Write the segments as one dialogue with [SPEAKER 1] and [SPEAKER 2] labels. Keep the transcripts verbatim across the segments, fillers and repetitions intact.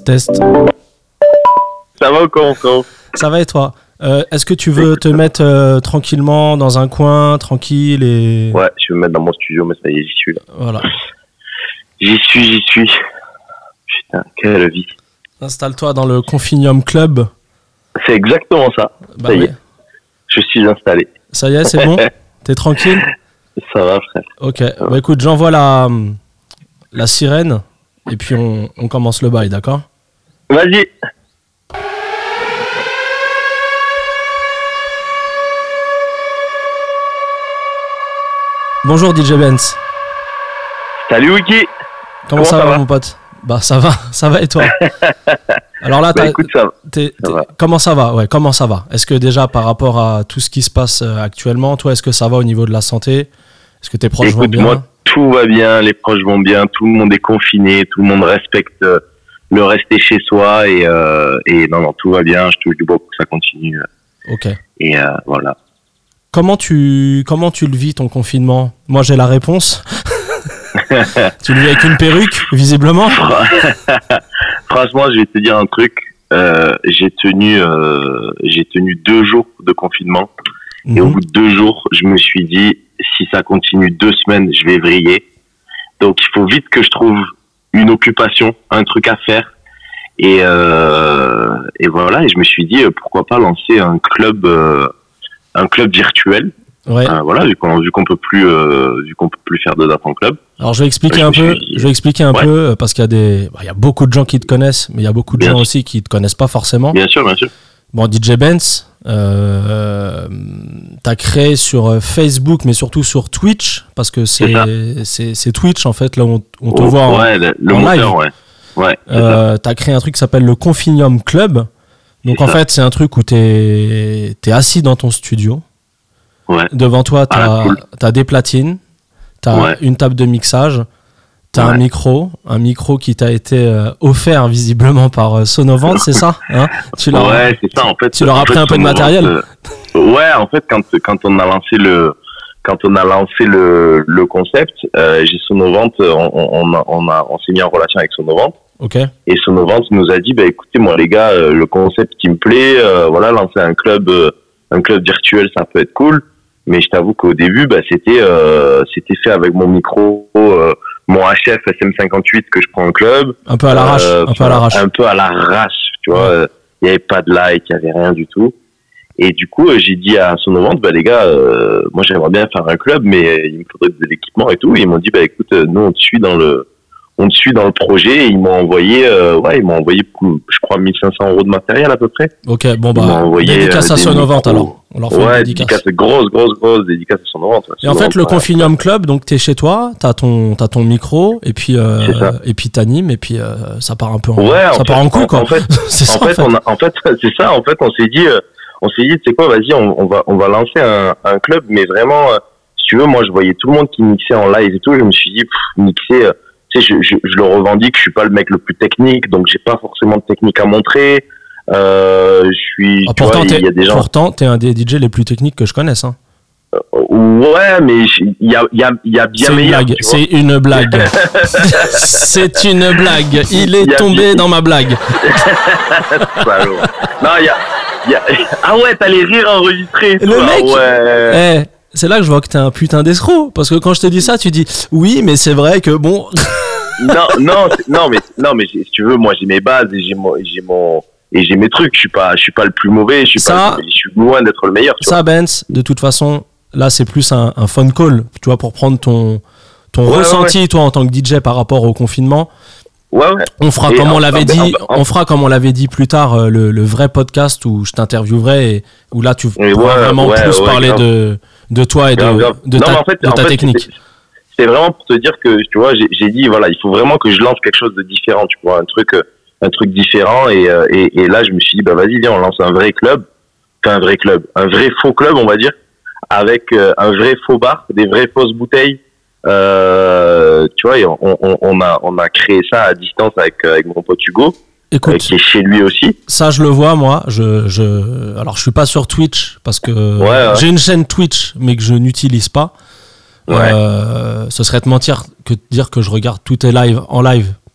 [SPEAKER 1] test.
[SPEAKER 2] Ça va ou comment, comment
[SPEAKER 1] Ça va et toi? euh, Est-ce que tu veux te mettre euh, tranquillement dans un coin, tranquille et...
[SPEAKER 2] Ouais, je vais me mettre dans mon studio, mais ça y est, j'y suis là.
[SPEAKER 1] Voilà.
[SPEAKER 2] J'y suis, j'y suis. Putain, quelle vie.
[SPEAKER 1] Installe-toi dans le Confinium Club.
[SPEAKER 2] C'est exactement ça.
[SPEAKER 1] Bah
[SPEAKER 2] ça y
[SPEAKER 1] ouais.
[SPEAKER 2] est, je suis installé.
[SPEAKER 1] Ça y est, c'est bon? T'es tranquille?
[SPEAKER 2] Ça va, frère.
[SPEAKER 1] Ok, bah écoute, j'envoie la, la sirène et puis on, on commence le bail, d'accord?
[SPEAKER 2] Vas-y.
[SPEAKER 1] Bonjour D J Benz.
[SPEAKER 2] Salut Wiki.
[SPEAKER 1] Comment, Comment ça, ça va, va mon pote? Bah ça va, ça va et toi? Alors là,
[SPEAKER 2] bah, écoute, ça,
[SPEAKER 1] t'es,
[SPEAKER 2] ça
[SPEAKER 1] t'es,
[SPEAKER 2] va.
[SPEAKER 1] Comment ça va? Ouais, comment ça va? Est-ce que déjà par rapport à tout ce qui se passe actuellement, toi, est-ce que ça va au niveau de la santé? Est-ce que tes proches
[SPEAKER 2] écoute,
[SPEAKER 1] vont bien?
[SPEAKER 2] Moi, tout va bien, les proches vont bien, tout le monde est confiné, tout le monde respecte euh, le rester chez soi et, euh, et non, non, tout va bien, je touche du bois pour que ça continue.
[SPEAKER 1] Ok.
[SPEAKER 2] Et euh, voilà.
[SPEAKER 1] Comment tu, comment tu le vis ton confinement? Moi, j'ai la réponse. Tu le vis avec une perruque, visiblement.
[SPEAKER 2] Franchement, je vais te dire un truc. Euh, j'ai tenu, euh, j'ai tenu deux jours de confinement. Mm-hmm. Et au bout de deux jours, je me suis dit, si ça continue deux semaines, je vais vriller. Donc, il faut vite que je trouve une occupation, un truc à faire. Et, euh, et voilà. Et je me suis dit, pourquoi pas lancer un club, euh, un club virtuel.
[SPEAKER 1] Ouais.
[SPEAKER 2] Euh, voilà, vu qu'on, vu qu'on peut plus, euh, vu qu'on peut plus faire de date en club.
[SPEAKER 1] Alors je vais expliquer euh, un peu, suis... je vais expliquer un ouais. peu parce qu'il y a des, bah, il y a beaucoup de gens qui te connaissent, mais il y a beaucoup de bien gens sûr. aussi qui te connaissent pas forcément.
[SPEAKER 2] Bien sûr, bien sûr.
[SPEAKER 1] Bon, D J Benz, euh, t'as créé sur Facebook, mais surtout sur Twitch, parce que c'est, c'est, c'est, c'est Twitch en fait là où on, on te
[SPEAKER 2] oh,
[SPEAKER 1] voit
[SPEAKER 2] ouais,
[SPEAKER 1] en,
[SPEAKER 2] le, le
[SPEAKER 1] en
[SPEAKER 2] moteur,
[SPEAKER 1] live.
[SPEAKER 2] Ouais. Ouais.
[SPEAKER 1] Euh, t'as créé un truc qui s'appelle le Confinium Club. Donc c'est en ça. fait, c'est un truc où t'es, t'es assis dans ton studio.
[SPEAKER 2] Ouais.
[SPEAKER 1] Devant toi, t'as,
[SPEAKER 2] ah, cool.
[SPEAKER 1] t'as des platines, t'as ouais. une table de mixage, t'as ouais. un micro, un micro qui t'a été euh, offert visiblement par euh, Sonovant, c'est ça hein tu leur,
[SPEAKER 2] Ouais, c'est ça en fait.
[SPEAKER 1] Tu leur as pris
[SPEAKER 2] fait,
[SPEAKER 1] un peu de matériel
[SPEAKER 2] euh, Ouais, en fait, quand, quand on a lancé le, quand on a lancé le, le concept, euh, j'ai Sonovant, on, on, a, on, a, on s'est mis en relation avec Sonovant.
[SPEAKER 1] Okay.
[SPEAKER 2] Et Sonovant nous a dit, bah, écoutez, moi les gars, euh, le concept qui me plaît, euh, voilà, lancer un club, euh, un club virtuel, ça peut être cool. Mais je t'avoue qu'au début, bah, c'était, euh, c'était fait avec mon micro, euh, mon H F S M cinquante-huit que je prends en club.
[SPEAKER 1] Un peu à l'arrache,
[SPEAKER 2] euh,
[SPEAKER 1] un peu à l'arrache.
[SPEAKER 2] Un peu à l'arrache, tu vois. Il ouais. n'y avait pas de like, il n'y avait rien du tout. Et du coup, j'ai dit à Sonovant, bah, les gars, euh, moi, j'aimerais bien faire un club, mais il me faudrait de l'équipement et tout. Et ils m'ont dit, bah, écoute, nous, on te suit dans le, on te suit dans le projet. Et ils m'ont envoyé, euh, ouais, ils m'ont envoyé, je crois, mille cinq cents euros de matériel à peu près.
[SPEAKER 1] Ok, bon, bah, dédicace à Sonovant alors.
[SPEAKER 2] On leur fait ouais, une dédicace. dédicace, grosse, grosse, grosse dédicace à Sonovant. Ouais.
[SPEAKER 1] Et en fait, le ouais. Confinium Club, donc t'es chez toi, t'as ton, t'as ton micro, et puis, euh, et puis t'animes, et puis euh, ça part un peu en,
[SPEAKER 2] ouais,
[SPEAKER 1] ça
[SPEAKER 2] en
[SPEAKER 1] part
[SPEAKER 2] fait,
[SPEAKER 1] en couille, quoi.
[SPEAKER 2] En fait,
[SPEAKER 1] c'est
[SPEAKER 2] en
[SPEAKER 1] ça,
[SPEAKER 2] fait, en fait. On a, en fait, c'est ça. En fait, on s'est dit, euh, on s'est dit, tu sais quoi, vas-y, on, on va, on va lancer un, un club, mais vraiment, euh, si tu veux, moi, je voyais tout le monde qui mixait en live et tout, je me suis dit, pff, mixer, euh, tu sais, je, je, je le revendique, je suis pas le mec le plus technique, donc j'ai pas forcément de technique à montrer. Euh, je suis.
[SPEAKER 1] Ah, pourtant,
[SPEAKER 2] vois,
[SPEAKER 1] t'es,
[SPEAKER 2] y a des gens...
[SPEAKER 1] pourtant, t'es un des D J les plus techniques que je connaisse. Hein.
[SPEAKER 2] Euh, ouais, mais il y a, y a, y a bien
[SPEAKER 1] c'est
[SPEAKER 2] meilleur.
[SPEAKER 1] Une blague. C'est une blague. C'est une blague. Il est tombé bien... dans ma blague.
[SPEAKER 2] Non, il y a, y a. Ah ouais, t'as les rires enregistrés.
[SPEAKER 1] Le
[SPEAKER 2] toi.
[SPEAKER 1] mec.
[SPEAKER 2] Ouais.
[SPEAKER 1] Eh, c'est là que je vois que t'es un putain d'escroc. Parce que quand je te dis ça, tu dis oui, mais c'est vrai que bon.
[SPEAKER 2] non, non, non, mais non, mais si tu veux, moi j'ai mes bases et j'ai mon, j'ai mon. Et j'ai mes trucs, je suis pas, je suis pas le plus mauvais, je suis
[SPEAKER 1] ça,
[SPEAKER 2] pas, je suis loin d'être le meilleur.
[SPEAKER 1] Ça, Benz, de toute façon, là, c'est plus un, un phone call, tu vois, pour prendre ton, ton
[SPEAKER 2] ouais,
[SPEAKER 1] ressenti,
[SPEAKER 2] ouais, ouais.
[SPEAKER 1] toi, en tant que D J par rapport au confinement.
[SPEAKER 2] Ouais, ouais.
[SPEAKER 1] On fera, et comme on l'avait dit, on fera comme on l'avait dit plus tard, le, le vrai podcast où je t'interviewerai et où là, tu pourras ouais, vraiment ouais, plus ouais, parler
[SPEAKER 2] grave.
[SPEAKER 1] de, de toi et
[SPEAKER 2] grave,
[SPEAKER 1] de,
[SPEAKER 2] grave.
[SPEAKER 1] de
[SPEAKER 2] non,
[SPEAKER 1] ta,
[SPEAKER 2] en fait,
[SPEAKER 1] de ta
[SPEAKER 2] fait,
[SPEAKER 1] technique.
[SPEAKER 2] C'est, c'est vraiment pour te dire que, tu vois, j'ai, j'ai dit, voilà, il faut vraiment que je lance quelque chose de différent, tu vois, un truc. un truc différent et, et, et là je me suis dit bah vas-y viens on lance un vrai club enfin un vrai club un vrai faux club on va dire avec euh, un vrai faux bar des vraies fausses bouteilles euh, tu vois et on, on, on a on a créé ça à distance avec avec mon pote Hugo. Écoute, euh, qui est chez lui aussi.
[SPEAKER 1] Ça je le vois moi je je alors je suis pas sur Twitch parce que
[SPEAKER 2] ouais, ouais.
[SPEAKER 1] j'ai une chaîne Twitch mais que je n'utilise pas.
[SPEAKER 2] Ouais.
[SPEAKER 1] Euh, ce serait te mentir que de dire que je regarde tous tes lives en live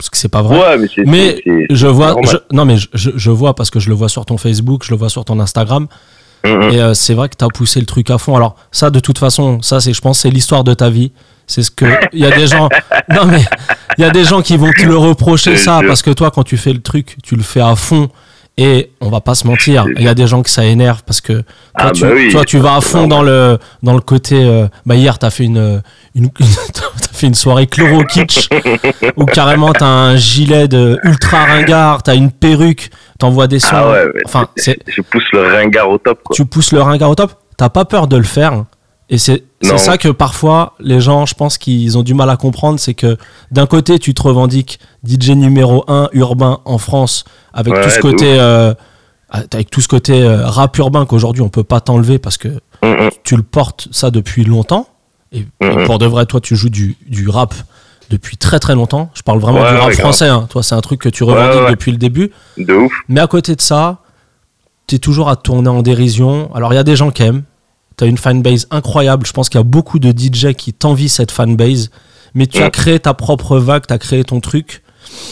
[SPEAKER 1] parce que c'est pas vrai.
[SPEAKER 2] Ouais, mais c'est,
[SPEAKER 1] mais
[SPEAKER 2] c'est, c'est,
[SPEAKER 1] je vois,
[SPEAKER 2] c'est
[SPEAKER 1] je, non mais je, je vois parce que je le vois sur ton Facebook, je le vois sur ton Instagram. Mm-hmm. Et euh, c'est vrai que t'as poussé le truc à fond. Alors ça, de toute façon, ça c'est, je pense, c'est l'histoire de ta vie. C'est ce que il y a des gens. Non mais il y a des gens qui vont te le reprocher ça parce que toi, quand tu fais le truc, tu le fais à fond. Et on va pas se mentir, il y a des gens que ça énerve parce que toi, ah tu, bah oui, toi tu vas à fond dans le dans le côté. Euh, bah hier t'as fait une une t'as fait une soirée chloro kitsch où carrément t'as un gilet de ultra ringard, t'as une perruque, t'envoies des sons.
[SPEAKER 2] Ah ouais,
[SPEAKER 1] enfin c'est.
[SPEAKER 2] Je pousse le ringard au top. Quoi.
[SPEAKER 1] Tu pousses le ringard au top. T'as pas peur de le faire. Et c'est, c'est ça que parfois les gens, je pense qu'ils ont du mal à comprendre, c'est que d'un côté tu te revendiques D J numéro un urbain en France avec ouais, tout ce côté euh, avec tout ce côté euh, rap urbain qu'aujourd'hui on peut pas t'enlever parce que mm-hmm. tu le portes ça depuis longtemps et, mm-hmm. et pour de vrai toi tu joues du, du rap depuis très très longtemps. Je parle vraiment ouais, du rap ouais, français, hein. Toi c'est un truc que tu revendiques ouais, ouais. depuis le début.
[SPEAKER 2] De ouf.
[SPEAKER 1] Mais à côté de ça, t'es toujours à tourner en dérision. Alors il y a des gens qui aiment. T'as une fanbase incroyable. Je pense qu'il y a beaucoup de D J qui t'envient cette fanbase. Mais tu mmh. as créé ta propre vague, tu as créé ton truc.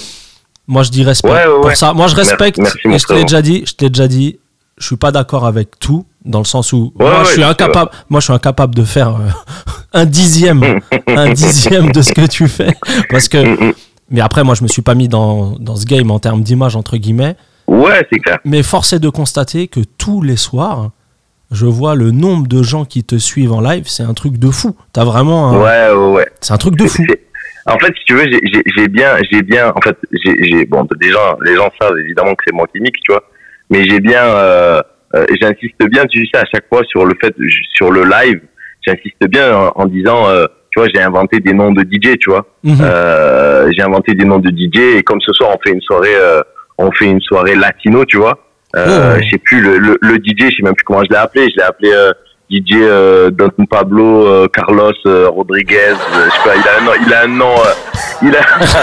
[SPEAKER 1] Moi, je dis respect
[SPEAKER 2] ouais, ouais,
[SPEAKER 1] pour
[SPEAKER 2] ouais.
[SPEAKER 1] ça. Moi, je respecte.
[SPEAKER 2] Merci,
[SPEAKER 1] et je te l'ai déjà dit, je te l'ai déjà dit, je suis pas d'accord avec tout, dans le sens où ouais, moi, ouais, je suis incapable, moi, je suis incapable de faire euh, un dixième, un dixième de ce que tu fais. Parce que, mais après, moi, je me suis pas mis dans, dans ce game en termes d'image, entre guillemets.
[SPEAKER 2] Ouais, c'est clair.
[SPEAKER 1] Mais force est de constater que tous les soirs, je vois le nombre de gens qui te suivent en live, c'est un truc de fou. T'as vraiment un...
[SPEAKER 2] Ouais, ouais, ouais.
[SPEAKER 1] C'est un truc de fou.
[SPEAKER 2] C'est... En fait, si tu veux, j'ai, j'ai, j'ai bien, j'ai bien, en fait, j'ai, j'ai, bon, des gens, les gens savent évidemment que c'est moi qui mixe, tu vois, mais j'ai bien, euh, euh, j'insiste bien, tu sais, à chaque fois sur le fait, sur le live, j'insiste bien en, en disant, euh, tu vois, j'ai inventé des noms de D J, tu vois, mm-hmm. euh, j'ai inventé des noms de D J et comme ce soir on fait une soirée, euh, on fait une soirée latino, tu vois. Euh, oh. Je sais plus le, le, le D J, je sais même plus comment je l'ai appelé. Je l'ai appelé euh, D J euh, Don Pablo euh, Carlos euh, Rodriguez. Euh, je sais pas, il a un nom, il a un nom, euh, il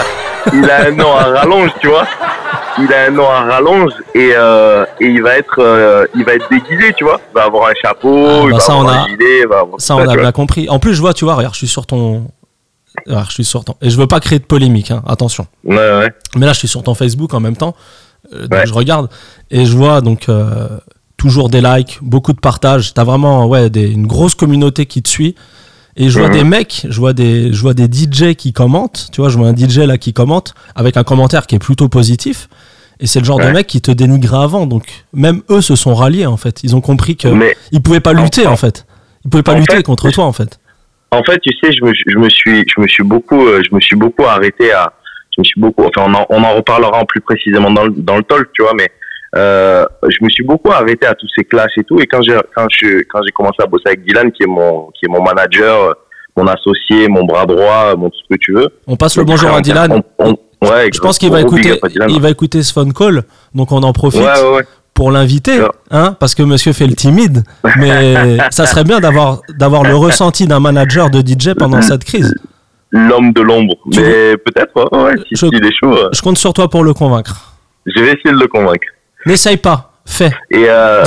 [SPEAKER 2] a, il a un nom à rallonge, tu vois. Il a un nom à rallonge et euh, et il va être, euh, il va être déguisé, tu vois. Il va avoir un chapeau, ah, bah il va
[SPEAKER 1] ça
[SPEAKER 2] avoir
[SPEAKER 1] on
[SPEAKER 2] un
[SPEAKER 1] a,
[SPEAKER 2] gilet, il va avoir
[SPEAKER 1] ça on a bien compris. En plus, je vois, tu vois, regarde, je suis sur ton. Alors, je suis sur ton. Et je veux pas créer de polémique, hein, attention.
[SPEAKER 2] Ouais, ouais.
[SPEAKER 1] Mais là, je suis sur ton Facebook en même temps. Euh, donc,
[SPEAKER 2] ouais.
[SPEAKER 1] je regarde et je vois donc euh, toujours des likes, beaucoup de partages. T'as vraiment ouais, des, une grosse communauté qui te suit. Et je vois mmh. des mecs, je vois des, je vois des D J qui commentent. Tu vois, je vois un D J là qui commente avec un commentaire qui est plutôt positif. Et c'est le genre ouais. de mec qui te dénigrait avant. Donc, même eux se sont ralliés, en fait. Ils ont compris qu'ils ne pouvaient pas lutter, en, en fait. Ils ne pouvaient pas lutter fait, contre toi, en fait.
[SPEAKER 2] En fait, tu sais, je me, je me suis, je me suis beaucoup, je me suis beaucoup arrêté à, je me suis beaucoup, enfin, on en, on en reparlera plus précisément dans le, dans le talk, tu vois, mais, euh, je me suis beaucoup arrêté à tous ces clashs et tout. Et quand j'ai, quand je, quand j'ai commencé à bosser avec Dylan, qui est mon, qui est mon manager, mon associé, mon bras droit, mon tout ce que tu veux.
[SPEAKER 1] On passe le bonjour à Dylan. On, on,
[SPEAKER 2] Ouais,
[SPEAKER 1] je pense qu'il va écouter, il va écouter ce phone call, donc on en profite
[SPEAKER 2] ouais, ouais, ouais.
[SPEAKER 1] pour l'inviter, ouais. hein, parce que monsieur fait le timide, mais ça serait bien d'avoir, d'avoir le ressenti d'un manager de D J pendant cette crise.
[SPEAKER 2] L'homme de l'ombre, tu mais veux... peut-être, ouais, ouais si,
[SPEAKER 1] je,
[SPEAKER 2] si il est chaud. Ouais.
[SPEAKER 1] Je compte sur toi pour le convaincre.
[SPEAKER 2] Je vais essayer de le convaincre.
[SPEAKER 1] N'essaye pas, fais.
[SPEAKER 2] Et euh,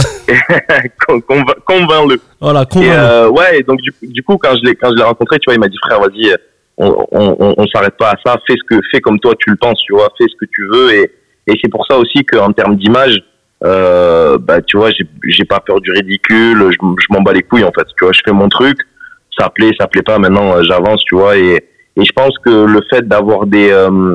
[SPEAKER 2] convainc, convainc-le.
[SPEAKER 1] Voilà, convainc-le.
[SPEAKER 2] Et euh, ouais, donc du, du coup, quand je l'ai, quand je l'ai rencontré, tu vois, il m'a dit, frère, vas-y. On, on, on s'arrête pas à ça, fais ce que, fais comme toi tu le penses, tu vois, fais ce que tu veux et, et c'est pour ça aussi qu'en termes d'image, euh, bah, tu vois, j'ai, j'ai pas peur du ridicule, je, je m'en bats les couilles, en fait, tu vois, je fais mon truc, ça plaît, ça plaît pas, maintenant, j'avance, tu vois, et, et je pense que le fait d'avoir des, euh,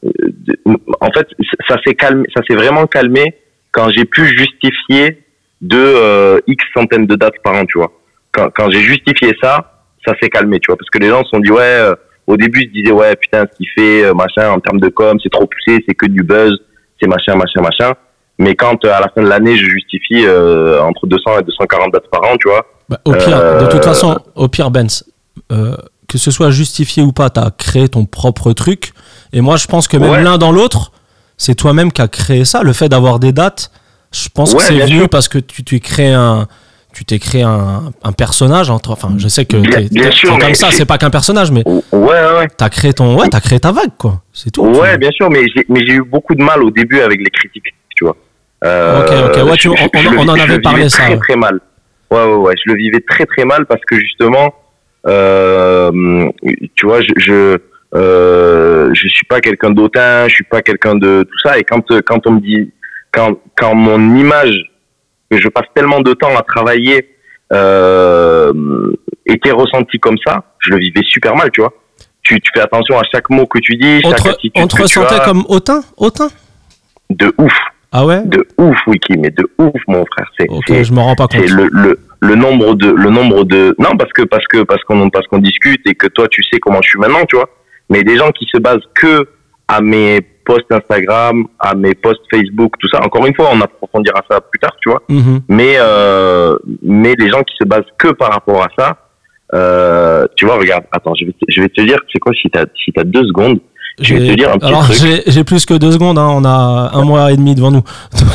[SPEAKER 2] de, en fait, ça s'est calmé, ça s'est vraiment calmé quand j'ai pu justifier de, euh, X centaines de dates par an, tu vois. Quand, quand j'ai justifié ça, ça s'est calmé, tu vois, parce que les gens se sont dit, ouais, euh, au début, je disais, ouais, putain, ce qu'il fait, machin, en termes de com, c'est trop poussé, c'est que du buzz, c'est machin, machin, machin. Mais quand, à la fin de l'année, je justifie euh, entre deux cents et deux cent quarante dates par an, tu vois.
[SPEAKER 1] Bah, au pire, euh, de toute façon, au pire, Benz, euh, que ce soit justifié ou pas, t'as créé ton propre truc. Et moi, je pense que même ouais. l'un dans l'autre, c'est toi-même qui as créé ça. Le fait d'avoir des dates, je pense ouais, que c'est venu sûr. Parce que tu t'es créé un... Tu t'es créé un, un personnage, entre, enfin, je sais que
[SPEAKER 2] bien,
[SPEAKER 1] t'es,
[SPEAKER 2] bien
[SPEAKER 1] t'es,
[SPEAKER 2] sûr,
[SPEAKER 1] comme ça, c'est pas qu'un personnage, mais
[SPEAKER 2] ouais, ouais.
[SPEAKER 1] t'as créé ton, ouais, t'as créé ta vague, quoi. C'est tout.
[SPEAKER 2] Ouais, tu... bien sûr, mais j'ai, mais j'ai eu beaucoup de mal au début avec les critiques, tu vois.
[SPEAKER 1] Euh, ok, ok, ouais, tu, je, on, je, on, on en avait parlé ça.
[SPEAKER 2] Très, ouais. très mal. Ouais, ouais, ouais, je le vivais très, très mal parce que justement, euh, tu vois, je, je, Euh, je suis pas quelqu'un d'autant, je suis pas quelqu'un de tout ça. Et quand quand on me dit, quand quand mon image, que je passe tellement de temps à travailler, euh, était ressentie comme ça, je le vivais super mal, tu vois. Tu tu fais attention à chaque mot que tu dis, chaque
[SPEAKER 1] Autre,
[SPEAKER 2] attitude
[SPEAKER 1] on te
[SPEAKER 2] que tu
[SPEAKER 1] ressentait
[SPEAKER 2] as.
[SPEAKER 1] comme hautain, hautain.
[SPEAKER 2] De ouf.
[SPEAKER 1] Ah ouais.
[SPEAKER 2] De ouf, Wiki, mais de ouf, mon frère. C'est,
[SPEAKER 1] Ok,
[SPEAKER 2] c'est,
[SPEAKER 1] je me rends pas compte.
[SPEAKER 2] c'est le, le, le nombre de, le nombre de, non, parce que, parce que, parce qu'on, parce qu'on discute et que toi, tu sais comment je suis maintenant, tu vois. Mais des gens qui se basent que à mes posts Instagram, à mes posts Facebook, tout ça. Encore une fois, on approfondira ça plus tard, tu vois.
[SPEAKER 1] Mm-hmm.
[SPEAKER 2] Mais, euh, mais les gens qui se basent que par rapport à ça, euh, tu vois, regarde, attends, je vais te, je vais te dire, c'est quoi, si t'as, si t'as deux secondes, je vais
[SPEAKER 1] J'ai...
[SPEAKER 2] te dire un petit
[SPEAKER 1] Alors,
[SPEAKER 2] truc.
[SPEAKER 1] j'ai, j'ai plus que deux secondes, hein. On a un mois et demi devant nous.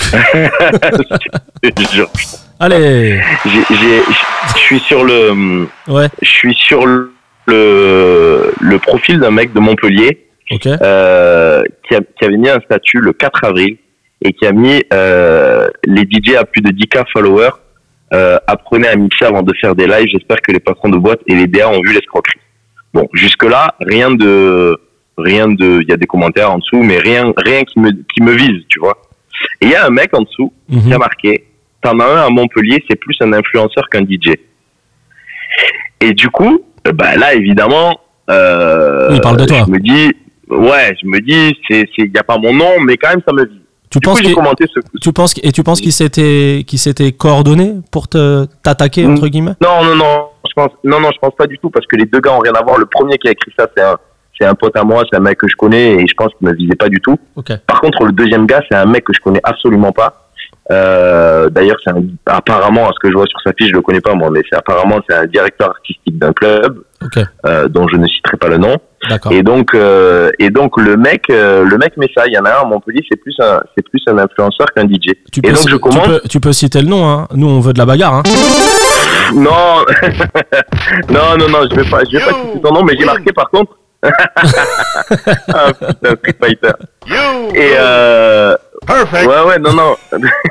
[SPEAKER 2] Je jure.
[SPEAKER 1] Allez.
[SPEAKER 2] J'ai, j'ai, je suis sur le,
[SPEAKER 1] Ouais.
[SPEAKER 2] je suis sur le, le profil d'un mec de Montpellier,
[SPEAKER 1] Ok.
[SPEAKER 2] euh, qui, a, qui avait mis un statut le quatre avril et qui a mis euh, les D J à plus de dix mille followers euh, apprenez à mixer avant de faire des lives. J'espère que les patrons de boîte et les D A ont vu l'escroquerie. Bon, jusque là, rien de, rien de, il y a des commentaires en dessous, mais rien, rien qui me, qui me vise, tu vois. Et il y a un mec en dessous
[SPEAKER 1] Mm-hmm.
[SPEAKER 2] qui a marqué, t'en as un à Montpellier, c'est plus un influenceur qu'un D J. Et du coup, bah là, évidemment, euh,
[SPEAKER 1] Il parle de toi.
[SPEAKER 2] je me dis, ouais, je me dis, c'est, c'est, y a pas mon nom, mais quand même, ça me vise.
[SPEAKER 1] Tu
[SPEAKER 2] Du
[SPEAKER 1] penses
[SPEAKER 2] coup, j'ai
[SPEAKER 1] qu'il...
[SPEAKER 2] commenté ce,
[SPEAKER 1] Tu penses et tu penses qu'il s'était qu'il s'était coordonné pour te t'attaquer entre guillemets?
[SPEAKER 2] Non, non, non, je pense, non, non, je pense pas du tout parce que les deux gars ont rien à voir. Le premier qui a écrit ça, c'est un, c'est un pote à moi, c'est un mec que je connais et je pense qu'il me visait pas du tout.
[SPEAKER 1] Ok.
[SPEAKER 2] Par contre, le deuxième gars, c'est un mec que je connais absolument pas. Euh, d'ailleurs, c'est un, apparemment, à ce que je vois sur sa fiche, je le connais pas moi, mais c'est apparemment c'est un directeur artistique d'un club,
[SPEAKER 1] Ok.
[SPEAKER 2] euh, dont je ne citerai pas le nom.
[SPEAKER 1] D'accord.
[SPEAKER 2] Et donc, euh, et donc le mec, euh, le mec met ça. Il y en a un à Montpellier, c'est plus un, c'est plus un influenceur qu'un D J.
[SPEAKER 1] Tu
[SPEAKER 2] et
[SPEAKER 1] peux,
[SPEAKER 2] donc
[SPEAKER 1] ci-
[SPEAKER 2] je
[SPEAKER 1] tu,
[SPEAKER 2] commence.
[SPEAKER 1] peux, tu peux citer le nom, hein. Nous on veut de la bagarre, hein.
[SPEAKER 2] Non, non, non, non, je vais pas, je vais pas citer ton nom, mais j'ai marqué par contre. Ah putain, Street Fighter. Et euh,
[SPEAKER 3] Perfect.
[SPEAKER 2] ouais, ouais, non, non.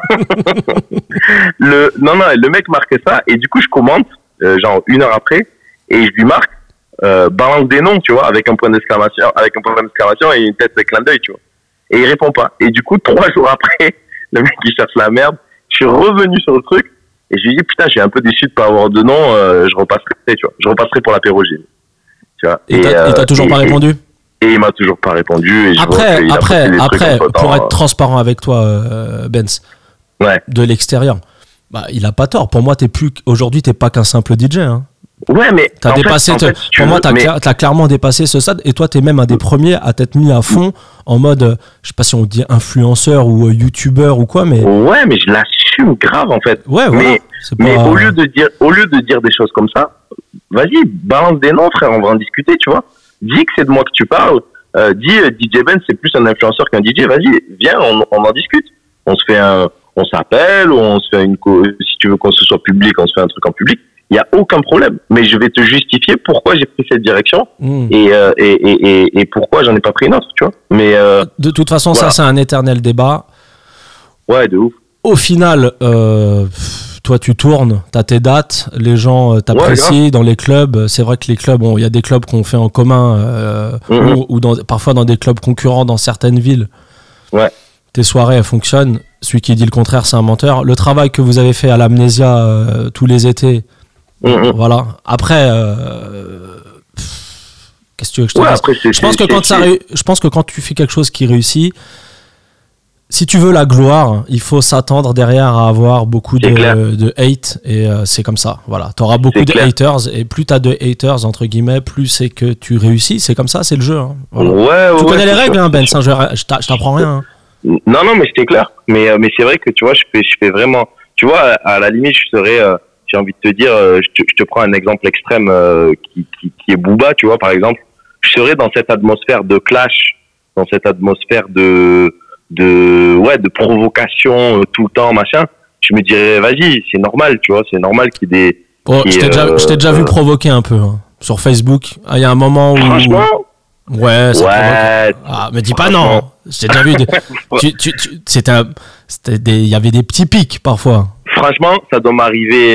[SPEAKER 2] le, non, non, le mec marquait ça et du coup je commente, euh, genre une heure après, et je lui marque euh, balance des noms, tu vois, avec un point d'exclamation, avec un point d'exclamation et une tête de clin d'œil, tu vois. Et il répond pas. Et du coup trois jours après, le mec il cherche la merde. Je suis revenu sur le truc. Et je lui dis, putain, je suis un peu déçu de pas avoir de nom, euh, je repasserai, tu vois. Je repasserai pour l'apéro, j'ai dit. Tu vois.
[SPEAKER 1] Et, t'as,
[SPEAKER 2] euh,
[SPEAKER 1] et t'as toujours
[SPEAKER 2] et,
[SPEAKER 1] pas
[SPEAKER 2] et,
[SPEAKER 1] répondu?
[SPEAKER 2] Et il m'a toujours pas répondu. Et je
[SPEAKER 1] Après,
[SPEAKER 2] vois qu'il a
[SPEAKER 1] après,
[SPEAKER 2] posté des
[SPEAKER 1] après,
[SPEAKER 2] trucs
[SPEAKER 1] pour
[SPEAKER 2] entre-temps.
[SPEAKER 1] être transparent avec toi, euh, Benz,
[SPEAKER 2] Ouais.
[SPEAKER 1] de l'extérieur, bah, il a pas tort. Pour moi, t'es plus, aujourd'hui, t'es pas qu'un simple D J, hein.
[SPEAKER 2] Ouais, mais.
[SPEAKER 1] T'as
[SPEAKER 2] en
[SPEAKER 1] dépassé,
[SPEAKER 2] fait,
[SPEAKER 1] te-
[SPEAKER 2] en fait, si tu
[SPEAKER 1] pour moi,
[SPEAKER 2] veux,
[SPEAKER 1] t'as,
[SPEAKER 2] mais-
[SPEAKER 1] cla- t'as clairement dépassé ce stade. Et toi, t'es même un des premiers à t'être mis à fond en mode, euh, je sais pas si on dit influenceur ou euh, youtubeur ou quoi, mais
[SPEAKER 2] Ouais, mais je l'assume grave, en fait.
[SPEAKER 1] ouais, voilà.
[SPEAKER 2] Mais,
[SPEAKER 1] C'est
[SPEAKER 2] mais
[SPEAKER 1] pas-
[SPEAKER 2] au lieu de dire, au lieu de dire des choses comme ça, vas-y, balance des noms, frère, on va en discuter, tu vois. Dis que c'est de moi que tu parles. Euh, dis, euh, D J Ben, c'est plus un influenceur qu'un D J. Vas-y, viens, on, on en discute. On se fait un, on s'appelle, ou on se fait une, co- si tu veux qu'on se soit public, on se fait un truc en public. Il y a aucun problème. Mais je vais te justifier pourquoi j'ai pris cette direction
[SPEAKER 1] Hmm.
[SPEAKER 2] et, euh, et, et, et, et pourquoi j'en ai pas pris une autre, tu vois. Mais, euh,
[SPEAKER 1] De toute façon,
[SPEAKER 2] Voilà.
[SPEAKER 1] ça, c'est un éternel débat.
[SPEAKER 2] ouais, de ouf.
[SPEAKER 1] Au final, euh, pff, toi, tu tournes, t'as tes dates, les gens euh, t'apprécient dans les clubs. C'est vrai que les clubs, bon, il y a des clubs qu'on fait en commun euh,
[SPEAKER 2] Mhm.
[SPEAKER 1] ou, ou dans, parfois dans des clubs concurrents dans certaines villes.
[SPEAKER 2] Ouais.
[SPEAKER 1] Tes soirées, elles fonctionnent. Celui qui dit le contraire, c'est un menteur. Le travail que vous avez fait à l'Amnésia euh, tous les étés,
[SPEAKER 2] Mhm.
[SPEAKER 1] voilà. Après, euh, pff, qu'est-ce que tu veux que je te
[SPEAKER 2] Ouais,
[SPEAKER 1] dise
[SPEAKER 2] après, c'est,
[SPEAKER 1] je pense
[SPEAKER 2] c'est-
[SPEAKER 1] que quand
[SPEAKER 2] c'est-
[SPEAKER 1] ça réu- je pense que quand tu fais quelque chose qui réussit, si tu veux la gloire, il faut s'attendre derrière à avoir beaucoup de,
[SPEAKER 2] C'est clair.
[SPEAKER 1] de hate et euh, c'est comme ça. Voilà, tu auras beaucoup
[SPEAKER 2] C'est
[SPEAKER 1] de
[SPEAKER 2] clair.
[SPEAKER 1] haters et plus tu as de haters entre guillemets, plus c'est que tu réussis, c'est comme ça, c'est le jeu. Hein. Voilà.
[SPEAKER 2] Ouais, ouais,
[SPEAKER 1] Tu connais les
[SPEAKER 2] c'est
[SPEAKER 1] règles,
[SPEAKER 2] sûr,
[SPEAKER 1] hein,
[SPEAKER 2] c'est
[SPEAKER 1] Ben,
[SPEAKER 2] sûr.
[SPEAKER 1] ça, je, je t'a- je t'apprends rien. Hein.
[SPEAKER 2] Non, non, mais c'était clair. Mais, euh, mais c'est vrai que tu vois, je fais, je fais vraiment. Tu vois, à, à la limite, je serais. Euh, j'ai envie de te dire, euh, je, te, je te prends un exemple extrême euh, qui, qui, qui est Booba, tu vois, par exemple. Je serais dans cette atmosphère de clash, dans cette atmosphère de, de, ouais, de provocation euh, tout le temps, machin. Je me dirais, vas-y, c'est normal, tu vois, c'est normal qu'il y ait des.
[SPEAKER 1] Oh,
[SPEAKER 2] Et,
[SPEAKER 1] je t'ai déjà,
[SPEAKER 2] euh,
[SPEAKER 1] je t'ai déjà vu
[SPEAKER 2] euh,
[SPEAKER 1] provoquer un peu hein, sur Facebook. Ah, il y a un moment où.
[SPEAKER 2] Franchement,
[SPEAKER 1] Ouais, ça
[SPEAKER 2] ouais.
[SPEAKER 1] provoque. Ah, mais dis pas non. J'ai déjà vu. Des... tu, tu, tu... C'était, un... c'était des, il y avait des petits pics parfois.
[SPEAKER 2] Franchement, ça doit m'arriver,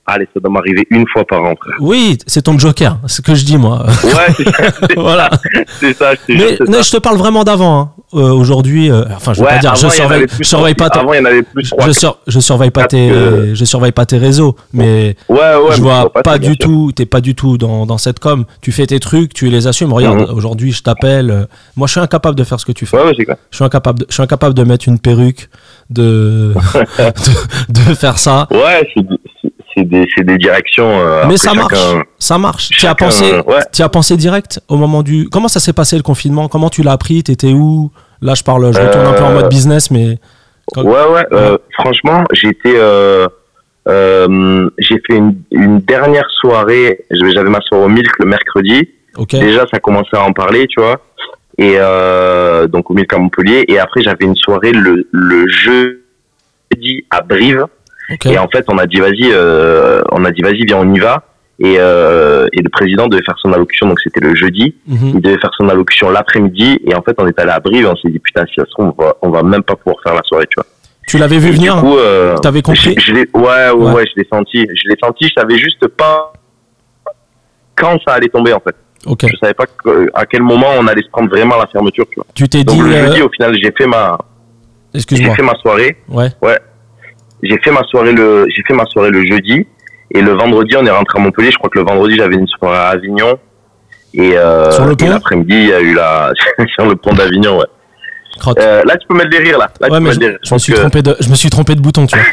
[SPEAKER 2] allez, ça doit m'arriver une fois par an, frère.
[SPEAKER 1] Oui, c'est ton joker, c'est ce que je dis, moi.
[SPEAKER 2] Ouais, c'est ça. C'est
[SPEAKER 1] voilà.
[SPEAKER 2] Ça, c'est ça, je te jure,
[SPEAKER 1] mais,
[SPEAKER 2] c'est
[SPEAKER 1] mais
[SPEAKER 2] ça.
[SPEAKER 1] je te parle vraiment d'avant. Hein. Euh, aujourd'hui, euh, enfin, je veux
[SPEAKER 2] ouais,
[SPEAKER 1] pas dire, je surveille, je surveille pas.
[SPEAKER 2] Avant, il y en avait plus.
[SPEAKER 1] Je, sur, je surveille pas tes, que... je surveille pas tes réseaux, mais
[SPEAKER 2] ouais, ouais,
[SPEAKER 1] je
[SPEAKER 2] mais
[SPEAKER 1] vois
[SPEAKER 2] pas,
[SPEAKER 1] pas du tout. T'es pas du tout dans dans cette com. Tu fais tes trucs, tu les assumes. Regarde, mm-hmm. aujourd'hui, je t'appelle. Euh, moi, je suis incapable de faire ce que tu fais.
[SPEAKER 2] Ouais, ouais, c'est clair.
[SPEAKER 1] Je suis incapable. De, je suis incapable de mettre une perruque, de de, de faire ça.
[SPEAKER 2] Ouais, c'est. C'est des, c'est des directions. Euh,
[SPEAKER 1] mais ça
[SPEAKER 2] chacun,
[SPEAKER 1] marche, ça marche. Tu as pensé,
[SPEAKER 2] euh, ouais.
[SPEAKER 1] tu as pensé direct au moment du. Comment ça s'est passé le confinement? Comment tu l'as appris? T'étais où? Là, je parle, je retourne euh, un peu en mode business, mais.
[SPEAKER 2] Ouais, ouais. Euh, franchement, j'étais, euh, euh, j'ai fait une, une dernière soirée. J'avais ma soirée au Milk le mercredi.
[SPEAKER 1] Okay.
[SPEAKER 2] Déjà, ça commençait à en parler, tu vois. Et euh, donc au Milk à Montpellier. Et après, j'avais une soirée le, le jeudi à Brive. Okay. Et en fait, on a dit vas-y, euh, on a dit vas-y, viens, on y va. Et, euh, et le président devait faire son allocution, donc c'était le jeudi. Mm-hmm. Il devait faire son allocution l'après-midi. Et en fait, on est allé à Brive. Et on s'est dit putain, si ça se trouve, on va, on va même pas pouvoir faire la soirée, tu vois.
[SPEAKER 1] Tu l'avais vu et venir? Du coup, euh, t'avais compris?
[SPEAKER 2] Je, je l'ai, ouais, ouais, ouais, ouais, je l'ai senti. Je l'ai senti. Je savais juste pas quand ça allait tomber, en fait.
[SPEAKER 1] Okay.
[SPEAKER 2] Je savais pas que, à quel moment on allait se prendre vraiment la fermeture, tu vois.
[SPEAKER 1] Tu t'es
[SPEAKER 2] donc,
[SPEAKER 1] dit.
[SPEAKER 2] Le jeudi,
[SPEAKER 1] euh...
[SPEAKER 2] au final, j'ai fait ma.
[SPEAKER 1] Excuse-moi.
[SPEAKER 2] J'ai fait ma soirée.
[SPEAKER 1] Ouais.
[SPEAKER 2] Ouais. J'ai fait ma soirée le, j'ai fait ma soirée le jeudi et le vendredi on est rentré à Montpellier. Je crois que le vendredi j'avais une soirée à Avignon et, euh,
[SPEAKER 1] sur le pont.
[SPEAKER 2] Et l'après-midi il y a eu la sur le pont d'Avignon. Ouais. Euh, là tu peux mettre des rires là. là
[SPEAKER 1] ouais,
[SPEAKER 2] tu
[SPEAKER 1] mais
[SPEAKER 2] peux
[SPEAKER 1] je,
[SPEAKER 2] rires.
[SPEAKER 1] je me suis que... trompé de, je me suis trompé de bouton, tu vois.